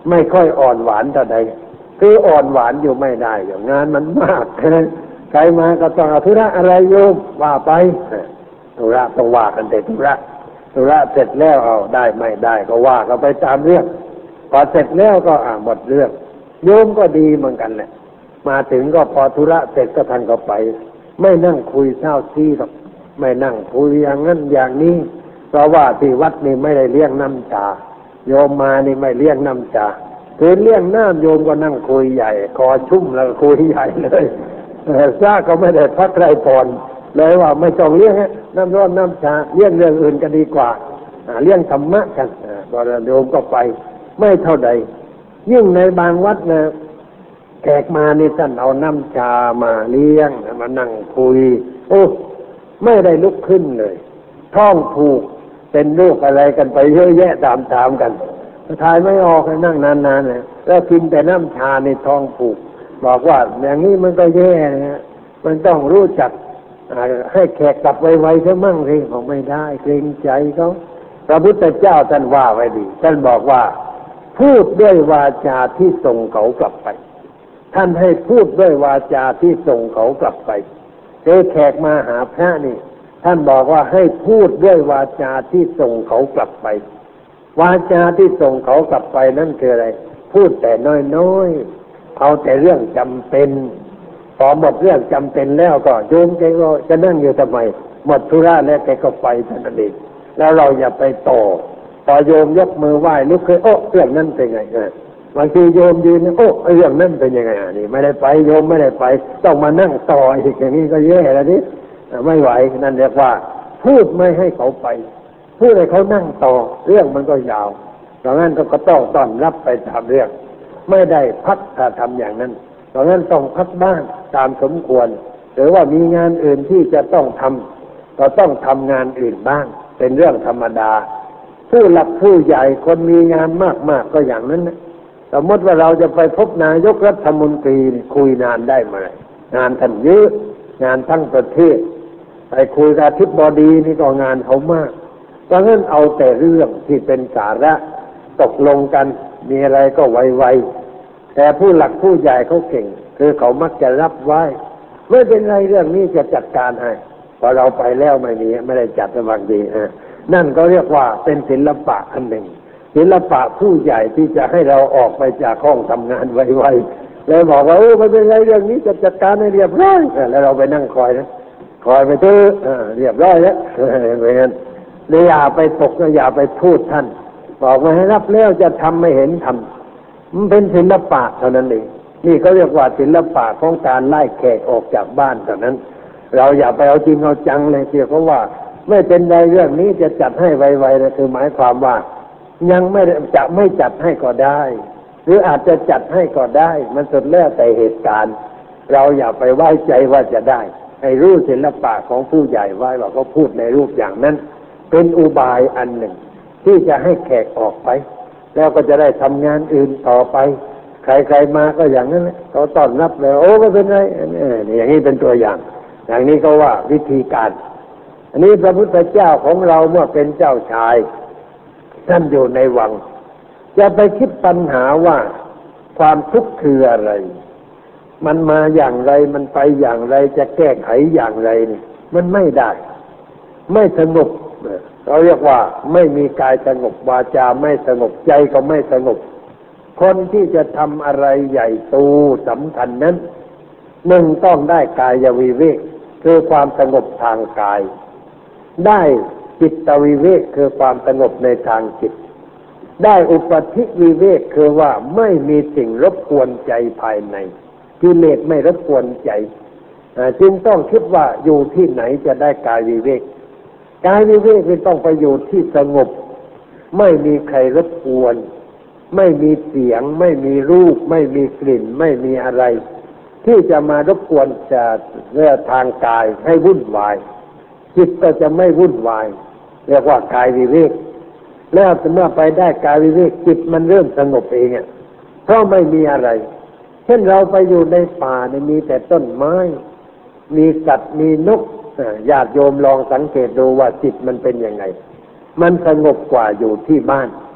ไม่ค่อยอ่อนหวานเท่าใดคืออ่อนหวานอยู่ไม่ได้อย่างงานมันมากใครมาก็ต้องเอาธุระอะไรโยมว่าไปธุระต้องว่ากันแต่ธุระเสร็จแล้วเอาได้ไม่ได้ก็ว่ากันไปตามเรื่องพอเสร็จแล้วก็หมดเรื่องโยมก็ดีเหมือนกันแหละมาถึงก็พอธุระเสร็จก็ท่านก็ไปไม่นั่งคุยเศร้าซีหรอกไม่นั่งคุยอย่างนั้นอย่างนี้เพราะว่าที่วัดนี่ไม่ได้เลี้ยงน้ำชาโยมมานี่ไม่เลี้ยงน้ำชาคือเลี้ยงน้ำโยมก็นั่งคุยใหญ่คอชุ่มแล้วคุยใหญ่เลยซ่าก็ไม่ได้พักไรผ่อนเลยว่าไม่ต้องเลี้ยงน้ำร้อนน้ำชาเลี้ยงเรื่องอื่นก็ดีกว่าเลี้ยงธรรมะกันพอโยมก็ไปไม่เท่าใดยิ่งในบางวัดนะแขกมานี่ท่านเอาน้ำชามาเลี้ยงมานั่งคุยโอ้ไม่ได้ลุกขึ้นเลยท้องผูกเป็นโรคอะไรกันไปเยอะแยะตามกันทายไม่ออกให้นั่งนานๆเลยแล้วกินแต่น้ำชาในท้องผูกบอกว่าอย่างนี้มันก็แย่นะมันต้องรู้จักให้แขกกลับไวๆซะมั่งสิบอกไม่ได้เกรงใจเขาพระพุทธเจ้าท่านว่าไว้ดีท่านบอกว่าพูดด้วยวาจาที่ส่งเขากลับไปท่านให้พูดด้วยวาจาที่ส่งเขากลับไปเจอแขกมาหาพระนี่ท่านบอกว่าให้พูดด้วยวาจาที่ส่งเขากลับไปวาจาที่ส่งเขากลับไปนั่นคืออะไรพูดแต่น้อยๆเอาแต่เรื่องจำเป็นพอหมดเรื่องจำเป็นแล้วก็โยมแกก็จะนั่งอยู่ทำไมหมดธุระแล้วแกก็ไปเท่านั้นเองแล้วเราอย่าไปต่อพอโยมยกมือไหว้ลุกขึ้นโอ้เรื่องนั้นเป็นไงบางทีโยมยืนโอ้เรื่องนั้นเป็นยังไงนี่ไม่ได้ไปโยมไม่ได้ไปต้องมานั่งต่ออีกอย่างนี้ก็แย่แล้วนี่ไม่ไหวนั่นเรียกว่าพูดไม่ให้เขาไปพูดให้เขานั่งต่อเรื่องมันก็ยาวดังนั้นก็ต้องต้อนรับไปตามเรื่องไม่ได้พักถ้าทำอย่างนั้นดังนั้นต้องพักบ้างตามสมควรหรือว่ามีงานอื่นที่จะต้องทำก็ต้องทำงานอื่นบ้างเป็นเรื่องธรรมดาผู้หลักผู้ใหญ่คนมีงานมากๆก็อย่างนั้นนะสมมติว่าเราจะไปพบนายกรัฐมนตรีคุยนานได้ไหมงานท่านเยอะงานทั้งประเทศไปคุยกับอธิบดีนี่ก็งานเขามากดังนั้นเอาแต่เรื่องที่เป็นสาระตกลงกันมีอะไรก็ไวๆแต่ผู้หลักผู้ใหญ่เขาเก่งคือเขามักจะรับไว้ไม่เป็นไรเรื่องนี้จะจัดการให้พอเราไปแล้วไม่ได้จัดระวังดีนั่นก็เรียกว่าเป็นศิลปะอันหนึ่งศิลปะผู้ใหญ่ที่จะให้เราออกไปจากห้องทำงานไวๆเลยบอกว่าไม่เป็นไรเรื่องนี้จะจัดการให้เรียบร้อยแล้วเราไปนั่งคอยนะคอยไปเถอะเรียบร้อยแล้วเหมือนกันเลยอย่าไปตกอย่าไปพูดท่านบอกมาให้รับแล้วจะทำไม่เห็นทำมันเป็นศิลปะเท่านั้นเองนี่เขาเรียกว่าศิลปะของการไล่แขกออกจากบ้านเท่านั้นเราอย่าไปเอาจริงเอาจังเลยเกี่ยวกับว่าไม่เป็นไรเรื่องนี้จะจัดให้ไวๆนะคือหมายความว่ายังไม่จัดให้ก็ได้หรืออาจจะจัดให้ก็ได้มันสุดแล้วแต่เหตุการณ์เราอย่าไปไว้ใจว่าจะได้ให้รู้ศิลปะของผู้ใหญ่ไว้ว่าเขาพูดในรูปอย่างนั้นเป็นอุบายอันหนึ่งที่จะให้แขกออกไปแล้วก็จะได้ทำงานอื่นต่อไปใครๆมาก็อย่างนั้นเขาต้อนรับเลยโอ้ไม่เป็นไรอย่างนี้เป็นตัวอย่างนี้ก็ว่าวิธีการอันนี้พระพุทธเจ้าของเราเมื่อเป็นเจ้าชายท่านอยู่ในวังจะไปคิดปัญหาว่าความทุกข์คืออะไรมันมาอย่างไรมันไปอย่างไรจะแก้ไขอย่างไรนี่มันไม่ได้ไม่สงบเราเรียกว่าไม่มีกายสงบวาจาไม่สงบใจก็ไม่สงบคนที่จะทำอะไรใหญ่โตสำคัญนั้นหนึ่งต้องได้กายวิเวกคือความสงบทางกายได้จิตวิเวกคือความสงบในทางจิตได้อุปธิวิเวกคือว่าไม่มีสิ่งรบกวนใจภายในกิเลสไม่รบกวนใจจึงต้องคิดว่าอยู่ที่ไหนจะได้กายวิเวกกายวิเวกต้องไปอยู่ที่สงบไม่มีใครรบกวนไม่มีเสียงไม่มีรูปไม่มีกลิ่นไม่มีอะไรที่จะมารบกวนจะเรื่องทางกายให้วุ่นวายจิตก็จะไม่วุ่นวายเรียกว่ากายวิเวกแล้วเมื่อไปได้กายวิเวกจิตมันเริ่มสงบเองเพราะไม่มีอะไรเช่นเราไปอยู่ในป่าเนี่ยมีแต่ต้นไม้มีสัตว์มีนกญาติโยมลองสังเกตดูว่าจิตมันเป็นยังไงมันสงบกว่าอยู่ที่บ้าน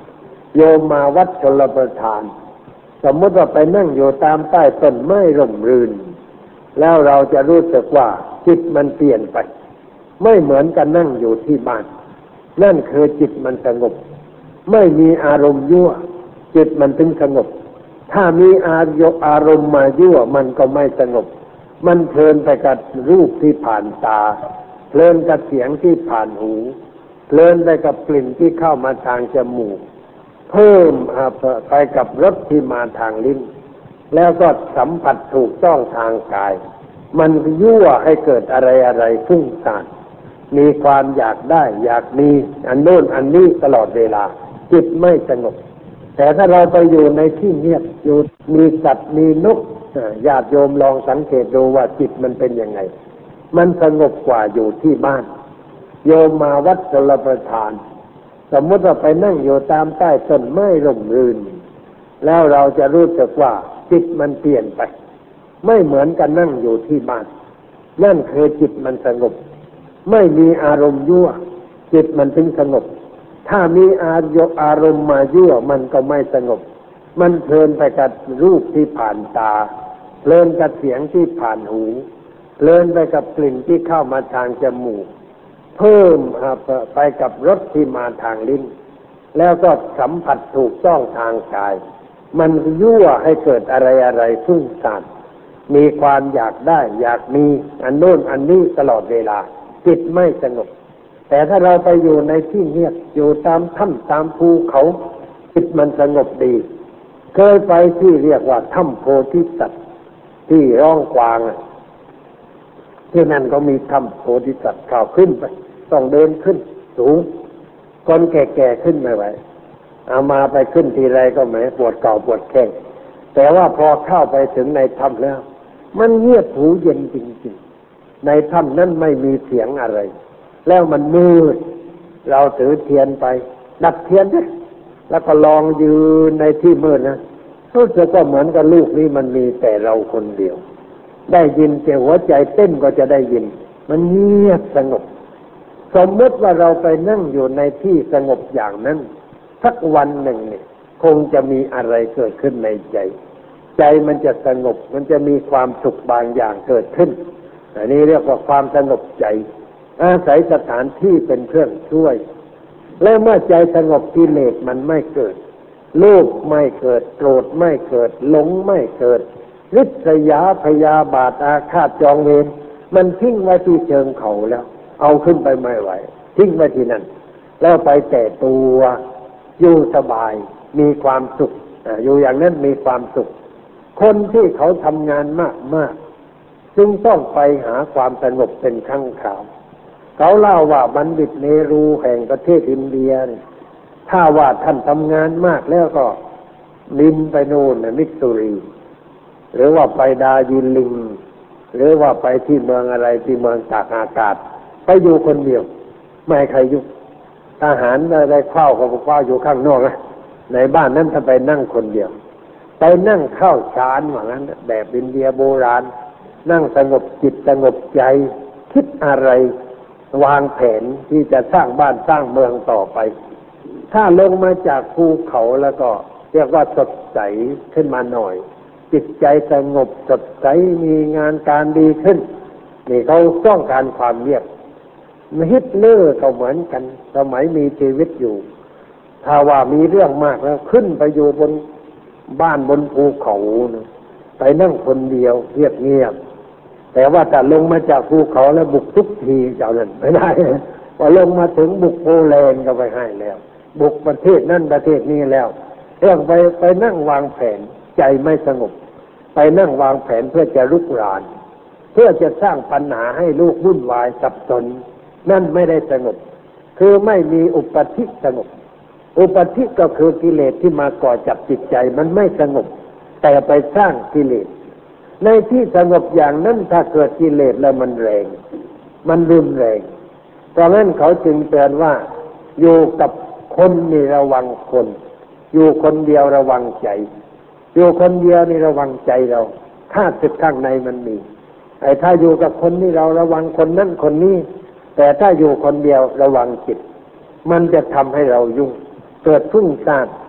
โยมมาวัดชลประทานสมมติว่าไปนั่งอยู่ตามใต้ต้นไม้ร่มรื่นแล้วเราจะรู้สึกว่าจิตมันเปลี่ยนไปไม่เหมือนกับนั่งอยู่ที่บ้านนั่นคือจิตมันสงบไม่มีอารมณ์ยั่วจิตมันถึงสงบถ้ามีอารมณ์มายั่วมันก็ไม่สงบมันเพลินไปกับรูปที่ผ่านตาเพลินกับเสียงที่ผ่านหูเพลินไปกับกลิ่นที่เข้ามาทางจมูกเพิ่มไปกับรสที่มาทางลิ้นแล้วก็สัมผัสถูกต้องทางกายมันยั่วให้เกิดอะไรฟุ้งซ่านมีความอยากได้อยากมีอันโน้นอันนี้ตลอดเวลาจิตไม่สงบแต่ถ้าเราไปอยู่ในที่เงียบอยู่มีสัตว์มีนกญาติโยมลองสังเกตดูว่าจิตมันเป็นยังไงมันสงบกว่าอยู่ที่บ้านโยมมาวัดชลประทานสมมติว่าไปนั่งอยู่ตามใต้ต้นไม้ร่มรื่นแล้วเราจะรู้สึกว่าจิตมันเปลี่ยนไปไม่เหมือนกันนั่งอยู่ที่บ้านนั่นคือจิตมันสงบไม่มีอารมณ์ยั่วจิตมันถึงสงบถ้ามีอารมณ์มายั่วมันก็ไม่สงบมันเพลินไปกับรูปที่ผ่านตาเพลินกับเสียงที่ผ่านหูเพลินไปกับกลิ่นที่เข้ามาทางจมูกเพิ่มไปกับรสที่มาทางลิ้นแล้วก็สัมผัสถูกต้องทางกายมันยั่วให้เกิดอะไรฟุ้งซ่านมีความอยากได้อยากมีอันโน้นอันนี้ตลอดเวลาจิตไม่สงบแต่ถ้าเราไปอยู่ในที่เงียบอยู่ตามถ้ำตามภูเขาจิตมันสงบดีเคยไปที่เรียกว่าถ้ำโพธิสัตว์ที่ร่องกวางที่นั่นก็มีถ้ำโพธิสัตว์เข้าขึ้นไปต้องเดินขึ้นสูงคนแก่ๆขึ้นไม่ไหวเอามาไปขึ้นทีไรก็แหมปวดเก่าปวดแข้งแต่ว่าพอเข้าไปถึงในถ้ำแล้วมันเงียบหูเย็นจริงๆในถ้ำนั้นไม่มีเสียงอะไรแล้วมันมืดเราถือเทียนไปดับเทียนด้วยแล้วก็ลองยืนในที่มืดนะรู้สึกว่าเหมือนกับลูกนี้มันมีแต่เราคนเดียวได้ยินแต่หัวใจเต้นก็จะได้ยินมันเงียบสงบสมมติว่าเราไปนั่งอยู่ในที่สงบอย่างนั้นสักวันหนึ่งเนี่ยคงจะมีอะไรเกิดขึ้นในใจใจมันจะสงบมันจะมีความสุขบางอย่างเกิดขึ้นอันนี้เรียกว่าความสงบใจอาศัยสถานที่เป็นเครื่องช่วยและเมื่อใจสงบกิเลสมันไม่เกิดโลภไม่เกิดโกรธไม่เกิดหลงไม่เกิดริษยาพยาบาทอาฆาตจองเวรมันทิ้งไว้ที่เชิงเขาแล้วเอาขึ้นไปไม่ไหวทิ้งไว้ที่นั่นแล้วไปแต่ตัวอยู่สบายมีความสุขอยู่อย่างนั้นมีความสุขคนที่เขาทำงานมากจึงต้องไปหาความสงบเป็นครั้งคราวเขาเล่าว่าบัณฑิตเนรูแห่งประเทศอินเดียถ้าว่าท่านทำงานมากแล้วก็บินไปโน่นมิสซูรีหรือว่าไปดาร์จิลิงหรือว่าไปที่เมืองอะไรที่เมืองตากอากาศไปอยู่คนเดียวไม่ให้ใครยุ่งทหารอะไรเข้าก็เข้าอยู่ข้างนอกนะในบ้านนั้นถ้าไปนั่งคนเดียวไปนั่งเข้าฌานว่างั้นแบบอินเดียโบราณนั่งสงบจิตสงบใจคิดอะไรวางแผนที่จะสร้างบ้านสร้างเมืองต่อไปถ้าลงมาจากภูเขาแล้วก็เรียกว่าสดใสขึ้นมาหน่อยจิตใจสงบสดใสมีงานการดีขึ้นนี่เขาต้องการความเงียบฮิตเลอร์ก็เหมือนกันสมัยมีชีวิตอยู่ถ้าว่ามีเรื่องมากแล้วขึ้นไปอยู่บนบ้านบนภูเขาไปนั่งคนเดียวเงียบแต่ว่าถ้าลงมาจากภูเขาแล้วบุกทุกทีเจ้านั้นไม่ได้พอลงมาถึงบุกโปแลนด์ก็ไปให้แล้วบุกประเทศนั่นประเทศนี้แล้วเรื่องไปนั่งวางแผนใจไม่สงบไปนั่งวางแผนเพื่อจะลุกรานเพื่อจะสร้างปัญหาให้ลูกวุ่นวายสับสนนั่นไม่ได้สงบคือไม่มีอุปธิสงบอุปธิก็คือกิเลสที่มาก่อจับจิตใจมันไม่สงบแต่ไปสร้างกิเลสในที่สงบอย่างนั้นถ้าเกิดกิเลสแล้วมันแรงมันรุนแรงเพราะงั้นเขาจึงเตือนว่าอยู่กับคนนี่ระวังคนอยู่คนเดียวระวังใจอยู่คนเดียวนี่ระวังใจเราข้าศึกข้างในมันมีถ้าอยู่กับคนนี่เราระวังคนนั้นคนนี้แต่ถ้าอยู่คนเดียวระวังจิตมันจะทำให้เรายุ่งเกิดฟุ้งซ่าน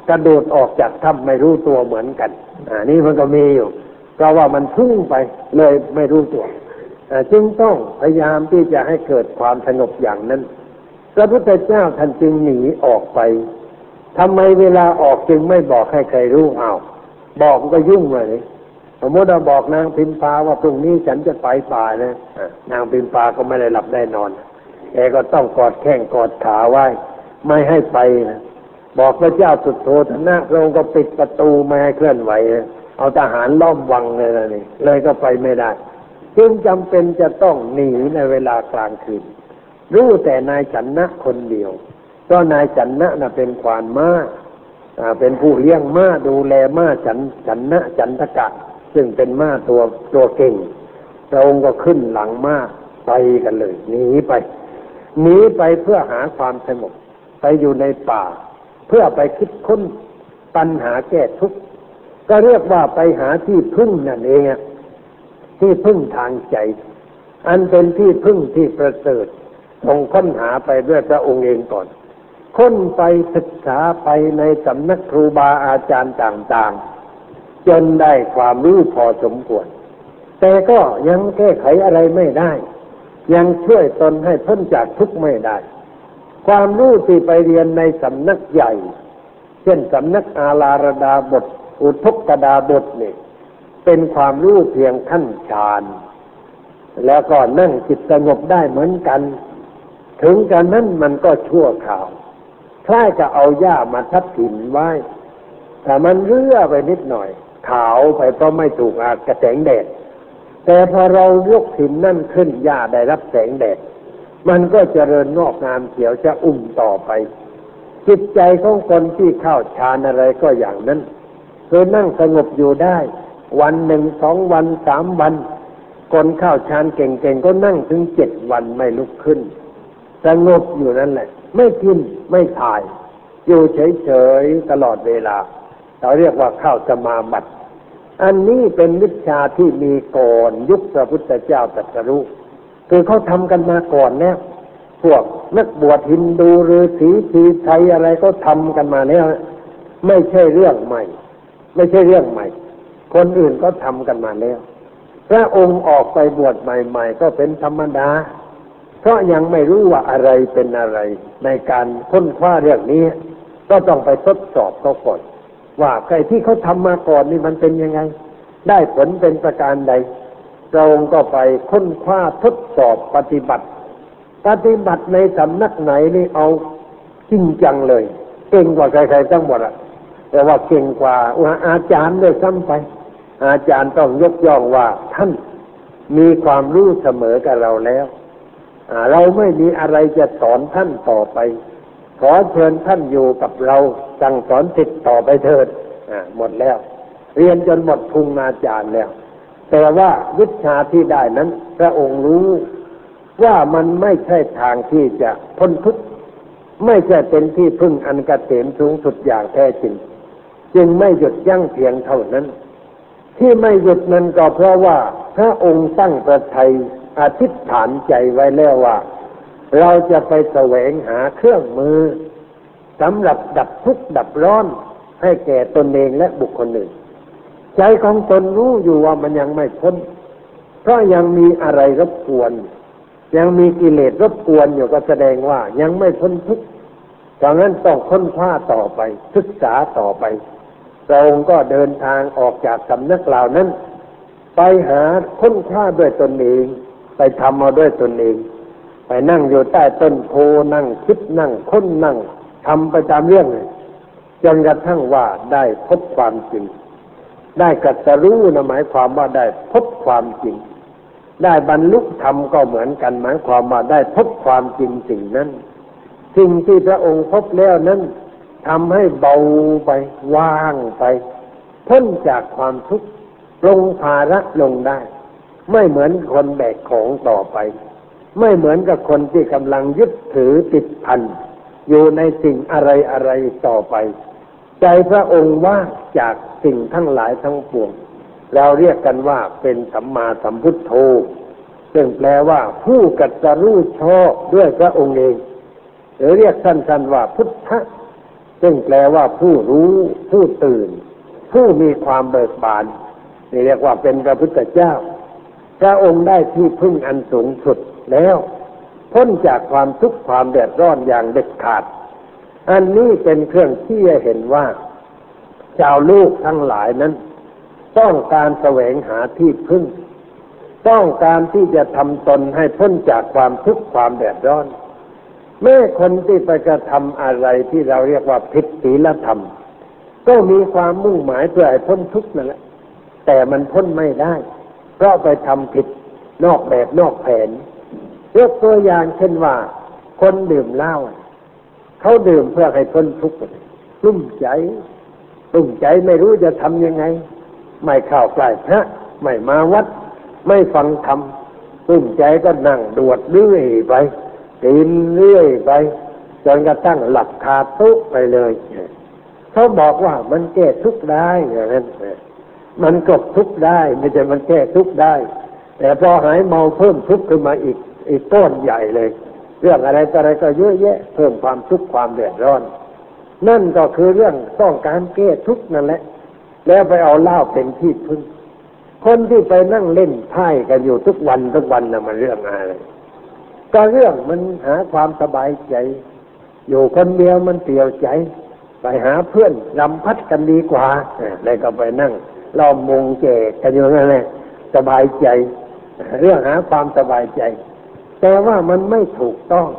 กระโดดออกจากถ้ำไม่รู้ตัวเหมือนกันนี่มันก็มีอยู่เพราะว่ามันพุ่งไปเลยไม่รู้ตัวจึงต้องพยายามที่จะให้เกิดความสงบอย่างนั้นพระพุทธเจ้าท่านจึงหนีออกไปทำไมเวลาออกจึงไม่บอกให้ใครรู้บอกก็ยุ่งเลยสมมติเราบอกนางพิมพาว่าพรุ่งนี้ฉันจะไปป่านะนางพิมพาก็ไม่ได้หลับได้นอนแกก็ต้องกอดแข้งกอดขาไว้ไม่ให้ไปนะบอกพระเจ้าสุโธทนะพระองค์ก็ปิดประตูไม่ให้เคลื่อนไหวเอาทหารล้อมวังเลยนะนี่เลยก็ไปไม่ได้จึงจำเป็นจะต้องหนีในเวลากลางคืนรู้แต่นายฉันนะคนเดียวเพราะนายฉันนะน่ะเป็นควานม้าเป็นผู้เลี้ยงม้าดูแลม้าฉันนะฉันทกะซึ่งเป็นม้าตัวเก่งพระองค์ก็ขึ้นหลังม้าไปกันเลยหนีไปเพื่อหาความสงบไปอยู่ในป่าเพื่อไปคิดค้นปัญหาแก้ทุกข์ก็เรียกว่าไปหาที่พึ่งนั่นเองที่พึ่งทางใจอันเป็นที่พึ่งที่ประเสริฐต้องค้นหาไปด้วยพระองค์เองก่อนค้นไปศึกษาไปในสำนักครูบาอาจารย์ต่างๆจนได้ความรู้พอสมควรแต่ก็ยังแก้ไขอะไรไม่ได้ยังช่วยตนให้พ้นจากทุกข์ไม่ได้ความรู้ที่ไปเรียนในสำนักใหญ่เช่นสำนักอาลาระดาบทอุทกดาบทนี่เป็นความรู้เพียงขั้นฌานแล้วก็นั่งจิตสงบได้เหมือนกันถึงกันนั้นมันก็ชั่วคราวคล้ายกับเอาหญ้ามาทับถิ่นไว้แต่มันเรื่อไปนิดหน่อยขาวไปเพราะไม่ถูกกระแสงแดดแต่พอเรายกถิ่นนั่นขึ้นหญ้าได้รับแสงแดดมันก็เจริญงอกงามเขียวชอุ่มต่อไปจิตใจของคนที่เข้าฌานอะไรก็อย่างนั้นคือนั่งสงบอยู่ได้วันหนึ่ง2 วัน3 วันคนเข้าฌานเก่งๆก็นั่งถึง7 วันไม่ลุกขึ้นสงบอยู่นั่นแหละไม่กินไม่ถ่ายอยู่เฉยๆตลอดเวลาเราเรียกว่าเข้าสมาบัติอันนี้เป็นวิชาที่มีก่อนยุคพระพุทธเจ้าตรัสรู้คือเขาทำกันมาก่อนแล้วพวกนักบวชฮินดูฤาษีชีไทยอะไรก็ทำกันมาแล้วไม่ใช่เรื่องใหม่คนอื่นก็ทำกันมาแล้วพระองค์ออกไปบวชใหม่ๆก็เป็นธรรมดาเพราะยังไม่รู้ว่าอะไรเป็นอะไรในการค้นคว้าเรื่องนี้ก็ต้องไปทดสอบเขาก่อนว่าใครที่เขาทำมาก่อนนี่มันเป็นยังไงได้ผลเป็นประการใดพระองค์ก็ไปค้นคว้าทดสอบปฏิบัติในสำนักไหนนี่เอาจริงจังเลยเก่งกว่าใครๆทั้งหมดแต่ว่าเก่งกว่าอาจารย์ด้วยซ้ำไปอาจารย์ต้องยกย่องว่าท่านมีความรู้เสมอกับเราแล้วเราไม่มีอะไรจะสอนท่านต่อไปขอเชิญท่านอยู่กับเราสั่งสอนศิษย์ต่อไปเถิดหมดแล้วเรียนจนหมดพุงอาจารย์แล้วแต่ว่าวิชาที่ได้นั้นพระองค์รู้ว่ามันไม่ใช่ทางที่จะพ้นทุกข์ไม่ใช่เป็นที่พึ่งอันเกษมสูงสุดอย่างแท้จริงจึงไม่หยุดยั้งเพียงเท่านั้นที่ไม่หยุดนั้นก็เพราะว่าพระองค์ตั้งพระทัยอธิษฐานใจไว้แล้วว่าเราจะไปแสวงหาเครื่องมือสำหรับดับทุกข์ดับร้อนให้แก่ตนเองและบุคคลอื่นใจของตนรู้อยู่ว่ามันยังไม่พ้นเพราะยังมีอะไรรบกวนยังมีกิเลสรบกวนอยู่ก็แสดงว่ายังไม่พ้นทุกข์ดังนั้นต้องค้นคว้าต่อไปศึกษาต่อไปพระองค์ก็เดินทางออกจากสำนักเหล่านั้นไปหาค้นคว้าด้วยตนเองไปทำเอาด้วยตนเองไปนั่งอยู่ใต้ต้นโพนั่งคิดนั่งค้นนั่งทำไปตามเรื่องเลยจนกระทั่งว่าได้พบความจริงได้ตรัสรู้นะหมายความว่าได้พบความจริงได้บรรลุธรรมก็เหมือนกันหมายความว่าได้พบความจริงสิ่งนั้นสิ่งที่พระองค์พบแล้วนั้นทำให้เบาไปว่างไปพ้นจากความทุกข์ลงภาระลงได้ไม่เหมือนคนแบกของต่อไปไม่เหมือนกับคนที่กำลังยึดถือติดพันอยู่ในสิ่งอะไรต่อไปใจพระองค์ว่างจากสิ่งทั้งหลายทั้งปวงเราเรียกกันว่าเป็นสัมมาสัมพุทโธซึ่งแปลว่าผู้ตรัสรู้ชอบด้วยพระองค์เองหรือเรียกสั้นๆว่าพุทธซึ่งแปลว่าผู้รู้ผู้ตื่นผู้มีความเบิกบานนี่เรียกว่าเป็นพระพุทธเจ้าพระองค์ได้ที่พึ่งอันสูงสุดแล้วพ้นจากความทุกข์ความเดือดร้อนอย่างเด็ดขาดอันนี้เป็นเครื่องที่จะเห็นว่าชาวลูกทั้งหลายนั้นต้องการแสวงหาที่พึ่งต้องการที่จะทำตนให้พ้นจากความทุกข์ความเดือดร้อนแม้คนที่ไปกระทำอะไรที่เราเรียกว่าผิดศีลธรรมก็มีความมุ่งหมายเพื่อให้พ้นทุกข์นั่นแหละแต่มันพ้นไม่ได้เพราะไปทำผิดนอกแบบนอกแผนยกตัวอย่างเช่นว่าคนดื่มเหล้าเขาดื่มเพื่อให้พ้นทุกข์กลุ้มใจไม่รู้จะทำยังไงไม่เข้าใกล้พระไม่มาวัดไม่ฟังธรรมกลุ้มใจก็นั่งดวดเรื่อยไปกินเรื่อยไปจนกระทั่งหลับคาตุ๊กไปเลยเขาบอกว่ามันแก้ทุกข์ได้อย่างนั้นมันกลบทุกข์ได้ไม่ใช่มันแก้ทุกข์ได้แต่พอหายเมาเพิ่มทุกข์ขึ้นมาอีกก้อนใหญ่เลยเรื่องอะไรก็เยอะแยะเพิ่มความทุกข์ความเดือดร้อนนั่นก็คือเรื่องต้องการแก้ทุกข์นั่นแหละแล้วไปเอาเหล้าเป็นที่พึ่งคนที่ไปนั่งเล่นไพ่กันอยู่ทุกวันน่ะมันเรื่องอะไรก็เรื่องมันหาความสบายใจอยู่คนเดียวมันเปลี่ยวใจไปหาเพื่อนรำพัดกันดีกว่าเลยก็ไปนั่งล้อมวงแจกกันอยู่นั่นแหละสบายใจเรื่องหาความสบายใจแต่ว่ามันไม่ถูกต้อง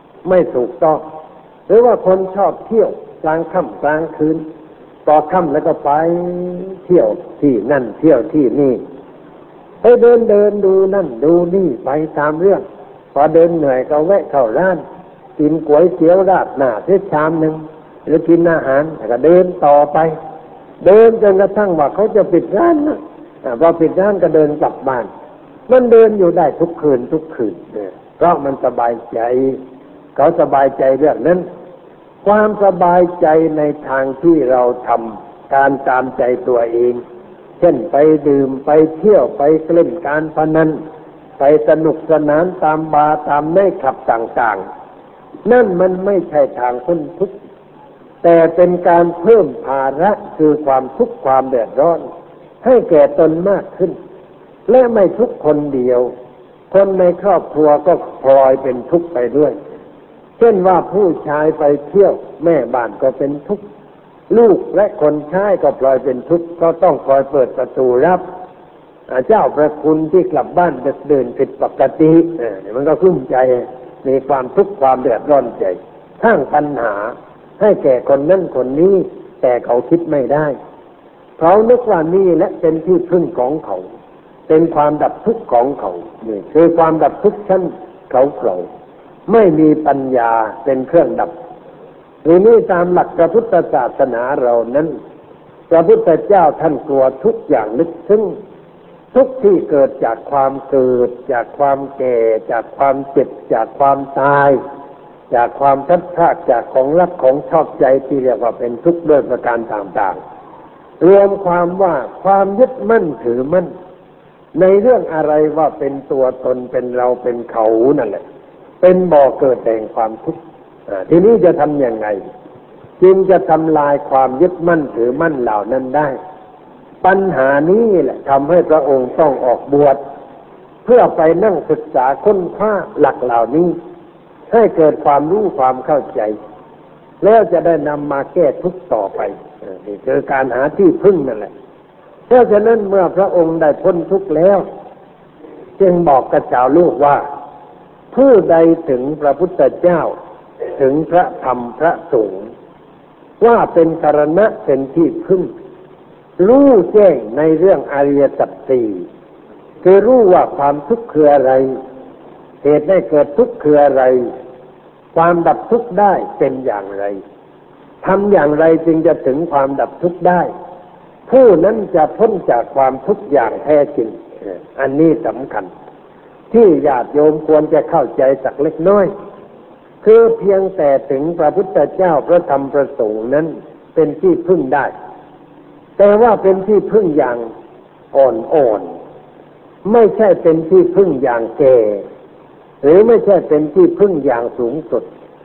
หรือว่าคนชอบเที่ยวกลางค่ำกลางคืนต่อค่ำแล้วก็ไปเที่ยวที่นั่นเที่ยวที่นี่ไปเดินดูนั่นดูนี่ไปตามเรื่องพอเดินเหนื่อยก็แวะเข้าร้านกินก๋วยเตี๋ยวราดหน้าเสียชามนึงหรือกินอาหารแล้วก็เดินต่อไปเดินจนกระทั่งว่าเขาจะปิดร้านนะพอปิดร้านก็เดินกลับบ้านมันเดินอยู่ได้ทุกคืนเพราะมันสบายใจเขาสบายใจเรื่องนั้นความสบายใจในทางที่เราทำการตามใจตัวเองเช่นไปดื่มไปเที่ยวไปเล่นการพนันไปสนุกสนานตามบาร์ตามไนท์คลับต่างๆนั่นมันไม่ใช่ทางพ้นทุกข์แต่เป็นการเพิ่มภาระคือความทุกข์ความเดือดร้อนให้แก่ตนมากขึ้นและไม่ทุกคนเดียวคนในครอบครัวก็พลอยเป็นทุกข์ไปด้วยเช่นว่าผู้ชายไปเที่ยวแม่บ้านก็เป็นทุกข์ลูกและคนใช้ก็พลอยเป็นทุกข์ก็ต้องคอยเปิดประตูรับเจ้าพระคุณที่กลับบ้านดึกดื่นผิดปกติมันก็กลุ้มใจมีความทุกข์ความเดือดร้อนใจสร้างปัญหาให้แก่คนนั้นคนนี้แต่เขาคิดไม่ได้เขานึกว่านี่และเป็นที่พึ่งของเขาเป็นความดับทุกข์ของเขานี่คือความดับทุกข์ชั้นเขาไม่มีปัญญาเป็นเครื่องดับหรือนี่ตามหลักพระพุทธศาสนาเรานั้นพระพุทธเจ้าท่านกลัวทุกอย่างลึกซึ้งทุกที่เกิดจากความเกิดจากความแก่จากความเจ็บจากความตายจากความพลัดพรากจากของรักของชอบใจที่เรียกว่าเป็นทุกข์ด้วยประการต่างๆรวมความว่าความยึดมั่นถือมั่นในเรื่องอะไรว่าเป็นตัวตนเป็นเราเป็นเขานั่นแหละเป็นบ่อเกิดแห่งความทุกข์ทีนี้จะทำยังไงจึงจะทำลายความยึดมั่นถือมั่นเหล่านั้นได้ปัญหานี้แหละทำให้พระองค์ต้องออกบวชเพื่อไปนั่งศึกษาค้นคว้าหลักเหล่านี้ให้เกิดความรู้ความเข้าใจแล้วจะได้นำมาแก้ทุกข์ต่อไปนี่คือการหาที่พึ่งนั่นแหละเพราะฉะนั้นเมื่อพระองค์ได้พ้นทุกข์แล้วจึงบอกกับชาวโลกว่าผู้ใดถึงพระพุทธเจ้าถึงพระธรรมพระสงฆ์ว่าเป็นสรณะเป็นที่พึ่งรู้แจ้งในเรื่องอริยสัจสี่คือรู้ว่าความทุกข์คืออะไรเหตุให้เกิดทุกข์คืออะไรความดับทุกข์ได้เป็นอย่างไรทำอย่างไรจึงจะถึงความดับทุกข์ได้ผู้นั้นจะพ้นจากความทุกข์อย่างแท้จริงอันนี้สำคัญที่ญาติโยมควรจะเข้าใจสักเล็กน้อยคือเพียงแต่ถึงพระพุทธเจ้าพระธรรมพระสงฆ์นั้นเป็นที่พึ่งได้แต่ว่าเป็นที่พึ่งอย่างอ่อนๆไม่ใช่เป็นที่พึ่งอย่างแก่หรือไม่ใช่เป็นที่พึ่งอย่างสูงสุด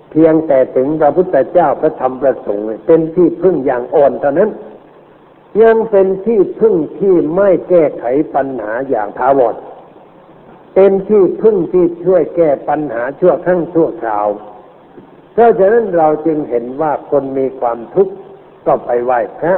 เพียงแต่ถึงพระพุทธเจ้าพระธรรมพระสงฆ์เป็นที่พึ่งอย่างอ่อนเท่านั้นยังเป็นที่พึ่งที่ไม่แก้ไขปัญหาอย่างถาวรเป็นที่พึ่งที่ช่วยแก้ปัญหาชั่วครั้งชั่วคราวเพราะฉะนั้นเราจึงเห็นว่าคนมีความทุกข์ก็ไปไหว้พระ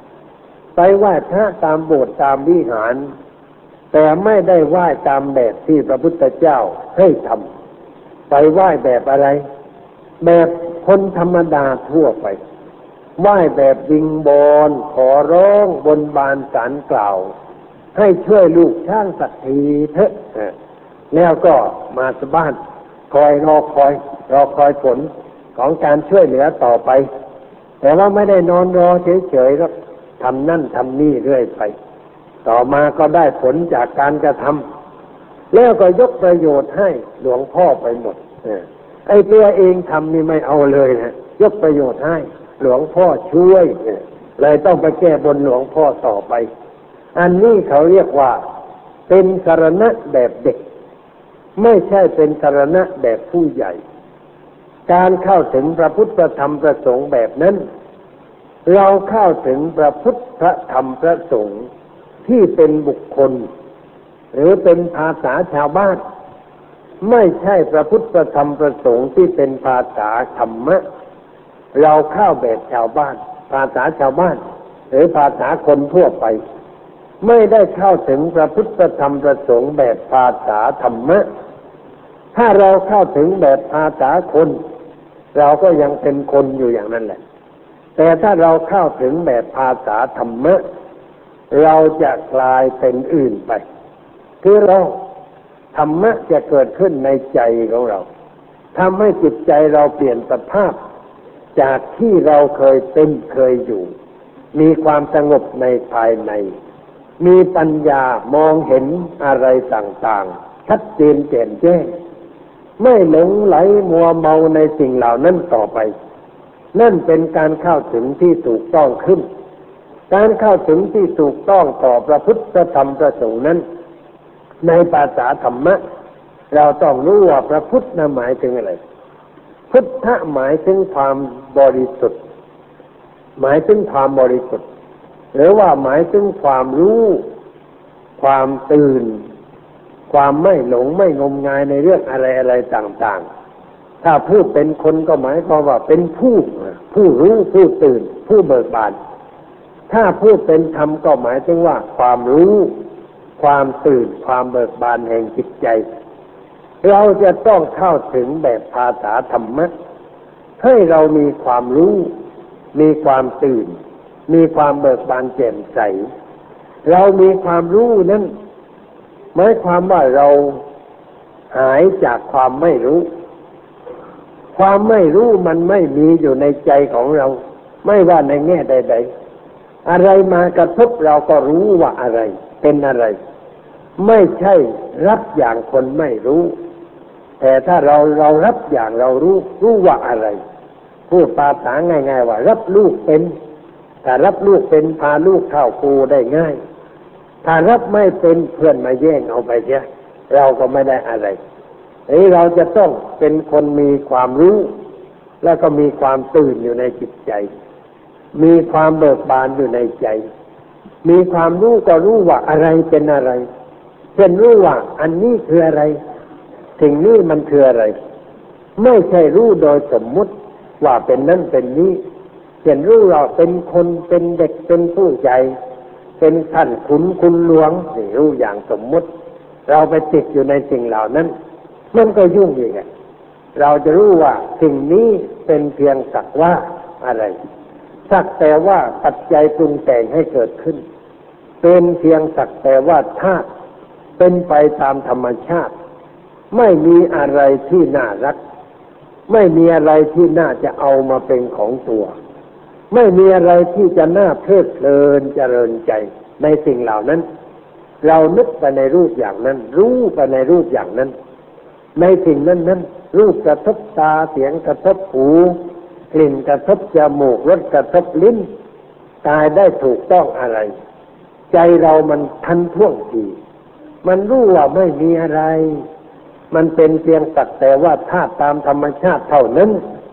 ตามโบสถ์ตามวิหารแต่ไม่ได้ไหว้ตามแบบที่พระพุทธเจ้าให้ทำไปไหว้แบบอะไรแบบคนธรรมดาทั่วไปไหว้แบบวิงบอนขอร้องบนบานศาลกล่าวให้ช่วยลูกช่างสักทีเถอะแล้วก็มาสบ้านรอคอยผลของการช่วยเหลือต่อไปแต่ว่าไม่ได้นอนรอเฉยๆแล้วทำนั่นทำนี่เรื่อยไปต่อมาก็ได้ผลจากการกระทำแล้วก็ยกประโยชน์ให้หลวงพ่อไปหมดไอ้ตัวเองทำนี่ไม่เอาเลยนะยกประโยชน์ให้หลวงพ่อช่วยเลยต้องไปแก้บนหลวงพ่อต่อไปอันนี้เขาเรียกว่าเป็นสรณะแบบเด็กไม่ใช่เป็นสรณะแบบผู้ใหญ่การเข้าถึงพระพุทธธรรมพระสงฆ์แบบนั้นเราเข้าถึงพระพุทธพระธรรมพระสงฆ์ที่เป็นบุคคลหรือเป็นภาษาชาวบ้านไม่ใช่พระพุทธพระธรรมพระสงฆ์ที่เป็นภาษาธรรมะเราเข้าแบบชาวบ้านภาษาชาวบ้านหรือภาษาคนทั่วไปไม่ได้เข้าถึงพระพุทธธรรมพระสงฆ์แบบภาษาธรรมะถ้าเราเข้าถึงแบบภาษาคนเราก็ยังเป็นคนอยู่อย่างนั้นแหละแต่ถ้าเราเข้าถึงแบบภาษาธรรมะเราจะกลายเป็นอื่นไปคือเราธรรมะจะเกิดขึ้นในใจของเราทำให้จิตใจเราเปลี่ยนสภาพจากที่เราเคยเป็นเคยอยู่มีความสงบในภายในมีปัญญามองเห็นอะไรต่างๆชัดเจนแจ่มแจ้งไม่หลงไหลมัวเมาในสิ่งเหล่านั้นต่อไปนั่นเป็นการเข้าถึงที่ถูกต้องขึ้นการเข้าถึงที่ถูกต้องต่อพระพุทธธรรมพระสงฆ์นั้นในภาษาธรรมะเราต้องรู้ว่าพระพุทธหมายถึงอะไรพุทธะหมายถึงความบริสุทธิ์หมายถึงความบริสุทธิ์หรือว่าหมายถึงความรู้ความตื่นความไม่หลงไม่งมงายในเรื่องอะไรต่างๆถ้าพูดเป็นคนก็หมายความว่าเป็นผู้รู้ผู้ตื่นผู้เบิกบานถ้าพูดเป็นธรรมก็หมายถึงว่าความรู้ความตื่นความเบิกบานแห่งจิตใจเราจะต้องเข้าถึงแบบภาษาธรรมะให้เรามีความรู้มีความตื่นมีความเบิกบานแจ่มใสเรามีความรู้นั้นหมายความว่าเราหายจากความไม่รู้ความไม่รู้มันไม่มีอยู่ในใจของเราไม่ว่าในแง่ใดๆอะไรมากระทบเราก็รู้ว่าอะไรเป็นอะไรไม่ใช่รับอย่างคนไม่รู้แต่ถ้าเรารับอย่างเรารู้ว่าอะไรพูดภาษาง่ายๆว่ารับลูกเป็นถ้ารับลูกเป็นพาลูกเข้าครูได้ง่ายถ้ารับไม่เป็นเพื่อนมาแย่งเอาไปเสียเราก็ไม่ได้อะไรเราจะต้องเป็นคนมีความรู้แล้วก็มีความตื่นอยู่ในจิตใจมีความเบิกบานอยู่ในใจมีความรู้ก็รู้ว่าอะไรเป็นอะไรเช่นรู้ว่าอันนี้คืออะไรสิ่งนี้มันคืออะไรไม่ใช่รู้โดยสมมุติว่าเป็นนั้นเป็นนี้เช่นรู้เราเป็นคนเป็นเด็กเป็นผู้ใหญ่เป็นท่านขุนคุณหลวงนี่รู้อย่างสมมุติเราไปติดอยู่ในสิ่งเหล่านั้นมันก็ยุ่งอีกเราจะรู้ว่าสิ่งนี้เป็นเพียงสักว่าอะไรสักแต่ว่าปัจจัยปรุงแต่งให้เกิดขึ้นเป็นเพียงสักแต่ว่าธาตุเป็นไปตามธรรมชาติไม่มีอะไรที่น่ารักไม่มีอะไรที่น่าจะเอามาเป็นของตัวไม่มีอะไรที่จะน่าเพลิดเพลินเจริญใจในสิ่งเหล่านั้นเรานึกไปในรูปอย่างนั้นรู้ไปในรูปอย่างนั้นในสิ่งนั้นรูปกระทบตาเสียงกระทบหูกลิ่นกระทบจมูกรสกระทบลิ้นกายได้ถูกต้องอะไรใจเรามันทันท่วงทีมันรู้ว่าไม่มีอะไรมันเป็นเพียงสักแต่ว่าธาตุตามธรรมชาติเท่านั้น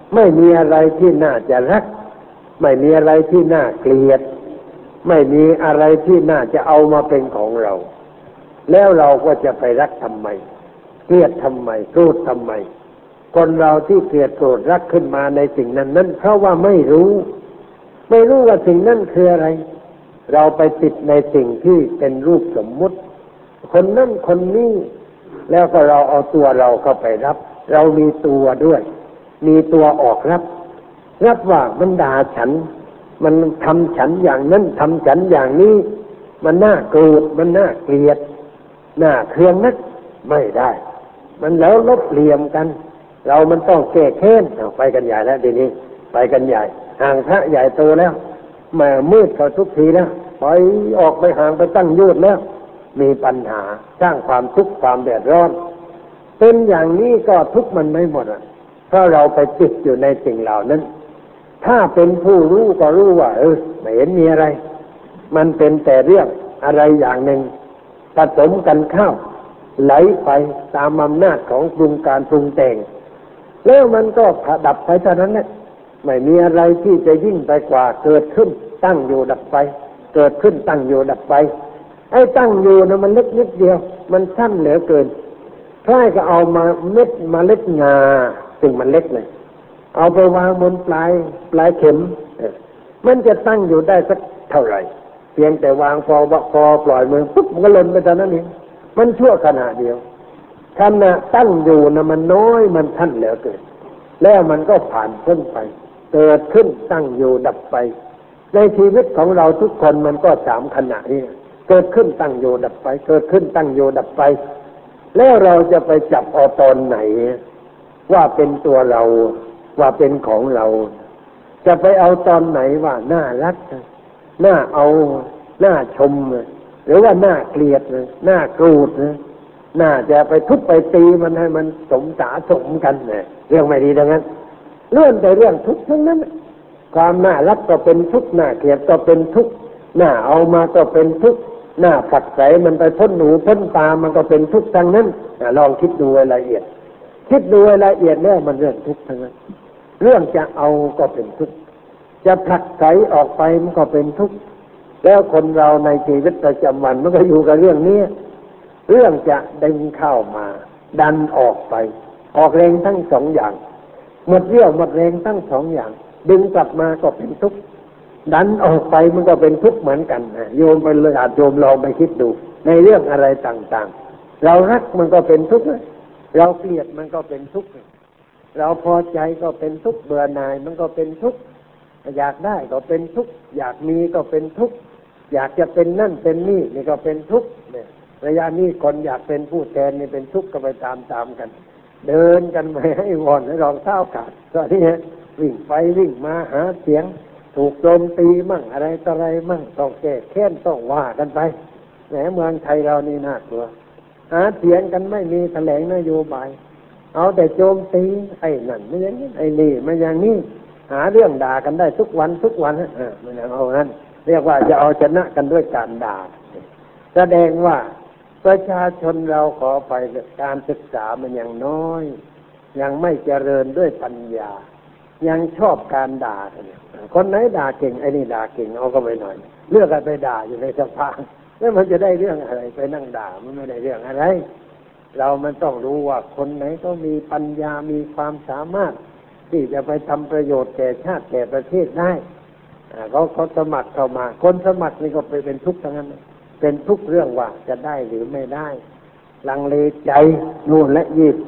ไม่มีอะไรที่น่าจะรักไม่มีอะไรที่น่าเกลียดไม่มีอะไรที่น่าจะเอามาเป็นของเราแล้วเราก็จะไปรักทำไมเกลียดทำไมโกรธทำไมคนเราที่เกลียดโกรธรักขึ้นมาในสิ่งนั้นเพราะว่าไม่รู้ว่าสิ่งนั้นคืออะไรเราไปติดในสิ่งที่เป็นรูปสมมุติคนนั้นคนนี้แล้วก็เราเอาตัวเราเข้าไปรับเรามีตัวด้วยมีตัวออกรับว่ามันด่าฉันมันทำฉันอย่างนั้นทำฉันอย่างนี้มันน่าโกรธมันน่าเกลียดน่าเคืองนักไม่ได้มันแล้วลบเหลี่ยมกันเรามันต้องแก้แค้นไปกันใหญ่แล้วทีนี้ไปกันใหญ่ห่างพระใหญ่โตแล้วมามืดเขาทุกทีแล้วปล่อยออกไปห่างไปตั้งยุดแล้วมีปัญหาสร้างความทุกข์ความเดือดร้อนเป็นอย่างนี้ก็ทุกข์มันไม่หมดเพราะเราไปติดอยู่ในสิ่งเหล่านั้นถ้าเป็นผู้รู้ก็รู้ว่าไม่เห็นมีอะไรมันเป็นแต่เรื่องอะไรอย่างหนึ่งผสมกันเข้าไหลไปตามอำนาจของปรุงการปรุงแต่งแล้วมันก็ดับไปเท่านั้นแหละไม่มีอะไรที่จะยิ่งไปกว่าเกิดขึ้นตั้งอยู่ดับไปเกิดขึ้นตั้งอยู่ดับไปไอ้ตั้งอยู่นะมันเล็กนิดเดียวมันสั้นเหลือเกินใครก็เอามาเล็ดงาซึ่งมันเล็กเลยเอาไปวางบนปลายเข็มมันจะตั้งอยู่ได้สักเท่าไหร่เพียงแต่วางพอปล่อยมือปุ๊บมันก็หล่นไปเท่านั้นเองมันชั่วขณะเดียวขณะตั้งอยู่นะมันน้อยมันสั้นเหลือเกินแล้วมันก็ผ่านพ้นไปเกิดขึ้นตั้งอยู่ดับไปในชีวิตของเราทุกคนมันก็สามขณะนี้เกิดขึ้นตั้งอยู่ดับไปเกิดขึ้นตั้งอยู่ดับไปแล้วเราจะไปจับเอาตอนไหนว่าเป็นตัวเราว่าเป็นของเราจะไปเอาตอนไหนว่าน่ารักน่าเอาน่าชมหรือว่าน่าเกลียดน่าโกรธน่าจะไปทุบไปตีมันให้มันสมกันเรื่องไม่ดีดังนั้นเรื่องแต่เรื่องทุกข์ทั้งนั้นความน่ารักก็เป็นทุกข์น่าเกลียดก็เป็นทุกข์น่าเอามาก็เป็นทุกข์น่าผักใสมันไปพ้นหูพ้นตามันก็เป็นทุกข์ทั้งนั้นลองคิดดูละเอียดแล้วมันเรื่องทุกข์ทั้งนั้นเรื่องจะเอาก็เป็นทุกข์จะผลักไสออกไปมันก็เป็นทุกข์แล้วคนเราในชีวิตประจำวันมันก็อยู่กับเรื่องนี้เรื่องจะดึงเข้ามาดันออกไปออกแรงทั้งสองอย่างหมดเรี่ยวหมดแรงทั้งสองอย่างดึงกลับมาก็เป็นทุกข์ดันออกไปมันก็เป็นทุกข์เหมือนกันโยมไปเลยโยมลองไปคิดดูในเรื่องอะไรต่างๆเรารักมันก็เป็นทุกข์เราเกลียดมันก็เป็นทุกข์เราพอใจก็เป็นทุกข์เบื่อหน่ายมันก็เป็นทุกข์อยากได้ก็เป็นทุกข์อยากมีก็เป็นทุกข์อยากจะเป็นนั่นเป็นนี่นี่ก็เป็นทุกข์เนี่ยระยะนี้คนอยากเป็นผู้แทนนี่เป็นทุกข์ก็ไปตามกันเดินกันไปให้วอนให้รองเท้าขาดก็นี่วิ่งไปวิ่งมาหาเสียงถูกโจมตีมั่งอะไรต่ออะไรมั่งต้องแก้แค้นต้องว่ากันไปแหมเมืองไทยเรานี่น่ากลัวหาเสียงกันไม่มีแถลงนโยบายเอาแต่โจมตีไอ้นั่นไม่อย่างนี้ไอ้นี่ไม่อย่างนี้หาเรื่องด่ากันได้ทุกวันมันเอางั้นเรียกว่าจะเอาชนะกันด้วยการด่าแสดงว่าประชาชนเราขอไปการศึกษามันยังน้อยยังไม่เจริญด้วยปัญญายังชอบการด่ากันคนไหนด่าเก่งไอ้นี่ด่าเก่งเอาก็ไปหน่อยเลือกกันไปด่าอยู่ในสภาแล้วมันจะได้เรื่องอะไรไปนั่งด่ามันไม่ได้เรื่องอะไรเรามันต้องรู้ว่าคนไหนก็มีปัญญามีความสามารถที่จะไปทำประโยชน์แก่ชาติแก่ประเทศได้เขาสมัครเข้ามาคนสมัครนี่ก็ไปเป็นทุกข์ทั้งนั้นเป็นทุกข์เรื่องว่าจะได้หรือไม่ได้ลังเลใจนู่นและ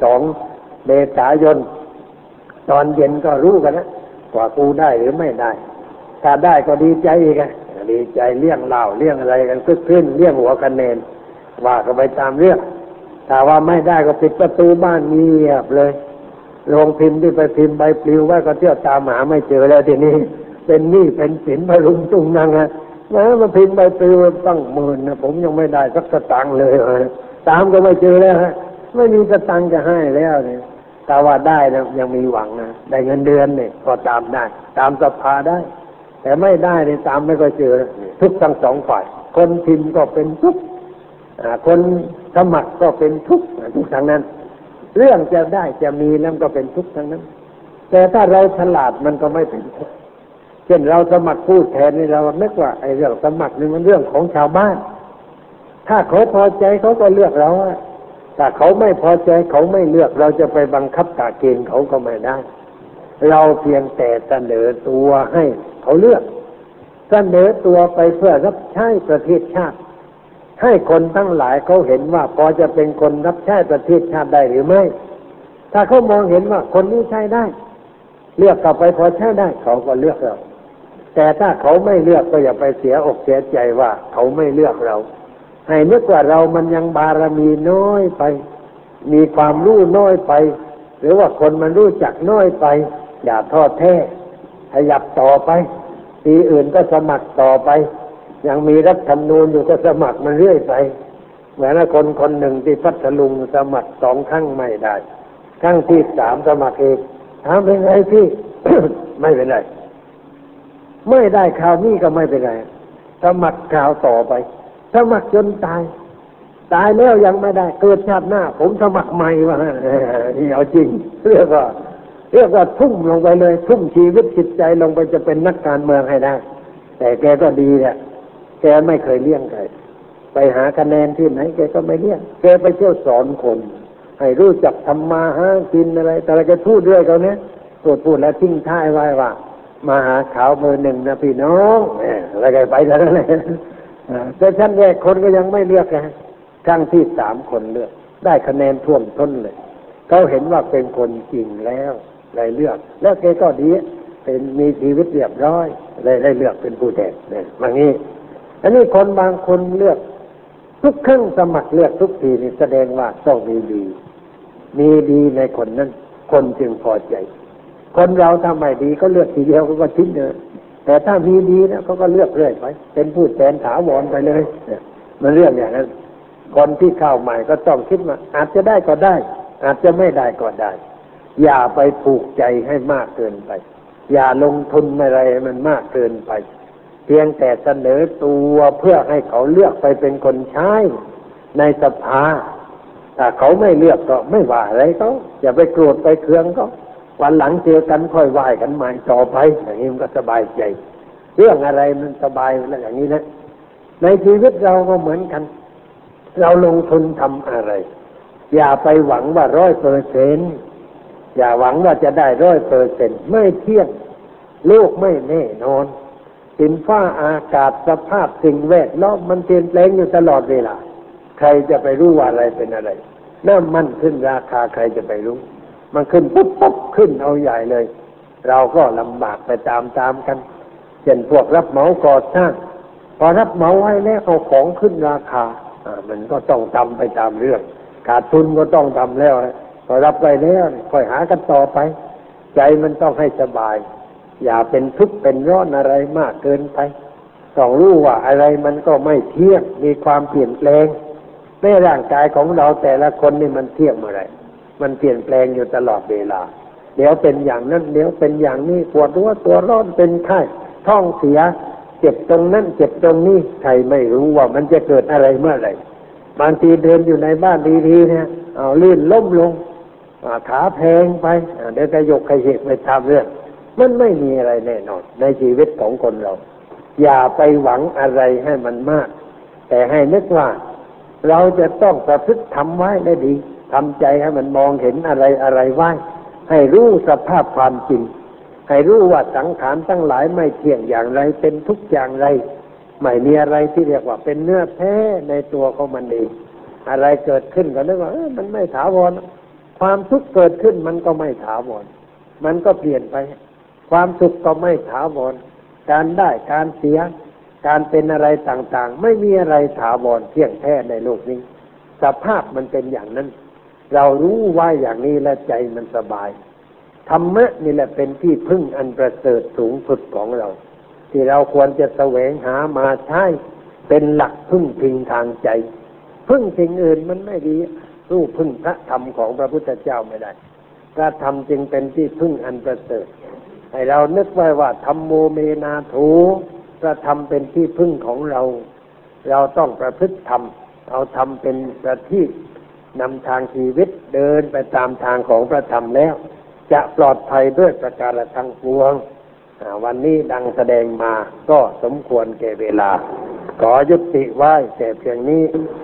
22 เมษายนตอนเย็นก็รู้กันนะว่ากูได้หรือไม่ได้ถ้าได้ก็ดีใจอีกดีใจเลี้ยงเหล้าเลี้ยงอะไรกันขึ้นเลี้ยงหัวคะแนนว่าก็ไปตามเรื่องถ้าว่าไม่ได้ก็ปิดประตูบ้านเงียบเลยโรงพิมพ์ที่ไปพิมพ์ใบปลิวไว้ก็เที่ยวตามหาไม่เจอแล้วทีนี้เป็นหนี้เป็นสินพรุงตุงนังมาพิมพ์ใบปลิวตั้งหมื่นผมยังไม่ได้สักสตางค์เลยตามก็ไม่เจอแล้วไม่มีสตางค์จะให้แล้วเนี่ยแต่ว่าได้นะยังมีหวังนะได้เงินเดือนเนี่ยก็ตามได้ตามสภาได้แต่ไม่ได้เนี่ยตามไม่ก็เจอทุกทั้งสองฝ่ายคนพิมพ์ก็เป็นทุกคนสมัครก็เป็นทุกข์ทั้งนั้นเรื่องจะได้จะมีแล้วก็เป็นทุกข์ทั้งนั้นแต่ถ้าเราฉลาดมันก็ไม่เป็นทุกข์เช่นเราสมัครผู้แทนนี่เรานึกว่าไอ้เรื่องสมัครนี่มันเรื่องของชาวบ้านถ้าเขาพอใจเขาก็เลือกเราถ้าเขาไม่พอใจเขาไม่เลือกเราจะไปบังคับกะเกณฑ์เขาก็ไม่ได้เราเพียงแต่เสนอตัวให้เขาเลือกเสนอตัวไปเพื่อรับใช้ประเทศชาติให้คนทั้งหลายเขาเห็นว่าพอจะเป็นคนรับใช้ประเทศชาติได้หรือไม่ถ้าเขามองเห็นว่าคนนี้ใช้ได้เลือกกลับไปพอใช้ได้เขาก็เลือกเราแต่ถ้าเขาไม่เลือกก็อย่าไปเสียอกเสียใจว่าเขาไม่เลือกเราให้นึกว่าเรามันยังบารมีน้อยไปมีความรู้น้อยไปหรือว่าคนมันรู้จักน้อยไปอย่าท้อแท้ขยับต่อไปปีอื่นก็สมัครต่อไปยังมีรัฐธรรมนูญอยู่ก็สมัครมันเรื่อยไปเหมือนคนหนึ่งที่พัทลุงสมัคร2 ครั้งไม่ได้ครั้งที่3สมัครเองถามเป็นไงพี่ ไม่เป็นไรไม่ได้คราวนี้ก็ไม่เป็นไรสมัครคราวต่อไปสมัครจนตายแล้วยังไม่ได้เกิดชาติหน้าผมสมัครใหม่ว่านี่เอาจริงเรียกว่าทุ่มลงไปเลยทุ่มชีวิตจิตใจลงไปจะเป็นนักการเมืองให้ได้แต่แกก็ดีแหละแกไม่เคยเลี้ยงใครไปหาคะแนนที่ไหนแกก็ไม่เลี้ยงแกไปเที่ยวสอนคนให้รู้จักทำมาหากินอะไรแต่ละแกพูดเรื่อยเขาเนี่ยพูดแล้วทิ้งท้ายไว้ว่ามาหาขาวเบอร์ 1นะพี่น้องอะไรแกไปแล้วนั่นแหละแต่ชั้นแรกคนก็ยังไม่เลือกนะครั้งที่3คนเลือกได้คะแนนท่วมท้นเลยเขาเห็นว่าเป็นคนจริงแล้วเลยเลือกแล้วแกก็ดีเป็นมีชีวิตเรียบร้อยเลยได้เลือกเป็นผู้แทนเนี่ยอย่างนี้อันนี้คนบางคนเลือกทุกครั้งสมัครเลือกทุกทีนี่แสดงว่าต้องมีดีในคนนั้นคนจึงพอใจคนเราทำไม่ดีก็เลือกทีเดียวก็ทิ้งเลยแต่ถ้ามีดีนะเขาก็เลือกเรื่อยไปเป็นผู้แทนถาวรไปเลยมันเรื่องอย่างนั้นคนที่เข้าใหม่ก็ต้องคิดว่าอาจจะได้ก็ได้อาจจะไม่ได้ก็ได้อย่าไปผูกใจให้มากเกินไปอย่าลงทุนอะไรมันมากเกินไปเพียงแต่เสนอตัวเพื่อให้เขาเลือกไปเป็นคนใช้ในสภาถ้าเขาไม่เลือกก็ไม่ว่าอะไรเขาอย่าไปโกรธไปเคืองเขาวันหลังเจอกันค่อยไหว้กันใหม่ต่อไปอย่างนี้มันก็สบายใจเรื่องอะไรมันสบายแล้วอย่างนี้นะในชีวิตเราก็เหมือนกันเราลงทุนทำอะไรอย่าไปหวังว่า100%อย่าหวังว่าจะได้ 100% ไม่เที่ยงโลกไม่แน่นอนดินฟ้าอากาศสภาพสิ่งแวดล้อมมันเปลี่ยนแปลงอยู่ตลอดเวลาใครจะไปรู้ว่าอะไรเป็นอะไรน้ำมันขึ้นราคาใครจะไปรู้มันขึ้นปุ๊บขึ้นเอาใหญ่เลยเราก็ลำบากไปตามกันเช่นพวกรับเหมาก่อสร้างพอรับเหมาไว้แล้วเอาของขึ้นราคามันก็ต้องทำไปตามเรื่องขาดทุนก็ต้องทำแล้วพอรับไปแล้วค่อยหากันต่อไปใจมันต้องให้สบายอย่าเป็นทุกข์เป็นร้อนอะไรมากเกินไปต้องรู้ว่าอะไรมันก็ไม่เที่ยงมีความเปลี่ยนแปลงในร่างกายของเราแต่ละคนนี่มันเที่ยงเมื่อไรมันเปลี่ยนแปลงอยู่ตลอดเวลาเดี๋ยวเป็นอย่างนั้นเดี๋ยวเป็นอย่างนี้ปวดหัวตัวร้อนเป็นไข้ท้องเสียเจ็บตรงนั้นเจ็บตรงนี้ใครไม่รู้ว่ามันจะเกิดอะไรเมื่อไหร่บางทีเดินอยู่ในบ้านดีๆเนี่ยลื่นล้มลงขาแพงไปเดี๋ยวจะยกขยิบไปทำเรื่องมันไม่มีอะไรแน่นอนในชีวิตของคนเราอย่าไปหวังอะไรให้มันมากแต่ให้นึกว่าเราจะต้องประพฤติทำไว้ได้ดีทำใจให้มันมองเห็นอะไรไว้ให้รู้สภาพความจริงให้รู้ว่าสังขารทั้งหลายไม่เที่ยงอย่างไรเป็นทุกอย่างไรไม่มีอะไรที่เรียกว่าเป็นเนื้อแท้ในตัวของมันเองอะไรเกิดขึ้นก็นึกว่ามันไม่ถาวรความทุกข์เกิดขึ้นมันก็ไม่ถาวรมันก็เปลี่ยนไปความสุขก็ไม่ถาวรการได้การเสียการเป็นอะไรต่างๆไม่มีอะไรถาวรเที่ยงแท้ในโลกนี้สภาพมันเป็นอย่างนั้นเรารู้ว่าอย่างนี้แล้วใจมันสบายธรรมะนี่แหละเป็นที่พึ่งอันประเสริฐสูงสุดของเราที่เราควรจะแสวงหามาใช้เป็นหลักพึ่งพิงทางใจพึ่งสิ่งอื่นมันไม่ดีสู้พึ่งพระธรรมของพระพุทธเจ้าไม่ได้พระธรรมจึงเป็นที่พึ่งอันประเสริฐให้เรานึกไว้ว่าธัมโมเมนาโถพระธรรมเป็นที่พึ่งของเราเราต้องประพฤติธรรมเอาธรรมเป็นประทีปนำทางชีวิตเดินไปตามทางของพระธรรมแล้วจะปลอดภัยด้วยประการทั้งปวงวันนี้ดังแสดงมาก็สมควรแก่เวลาขอยุติไว้แต่เพียงนี้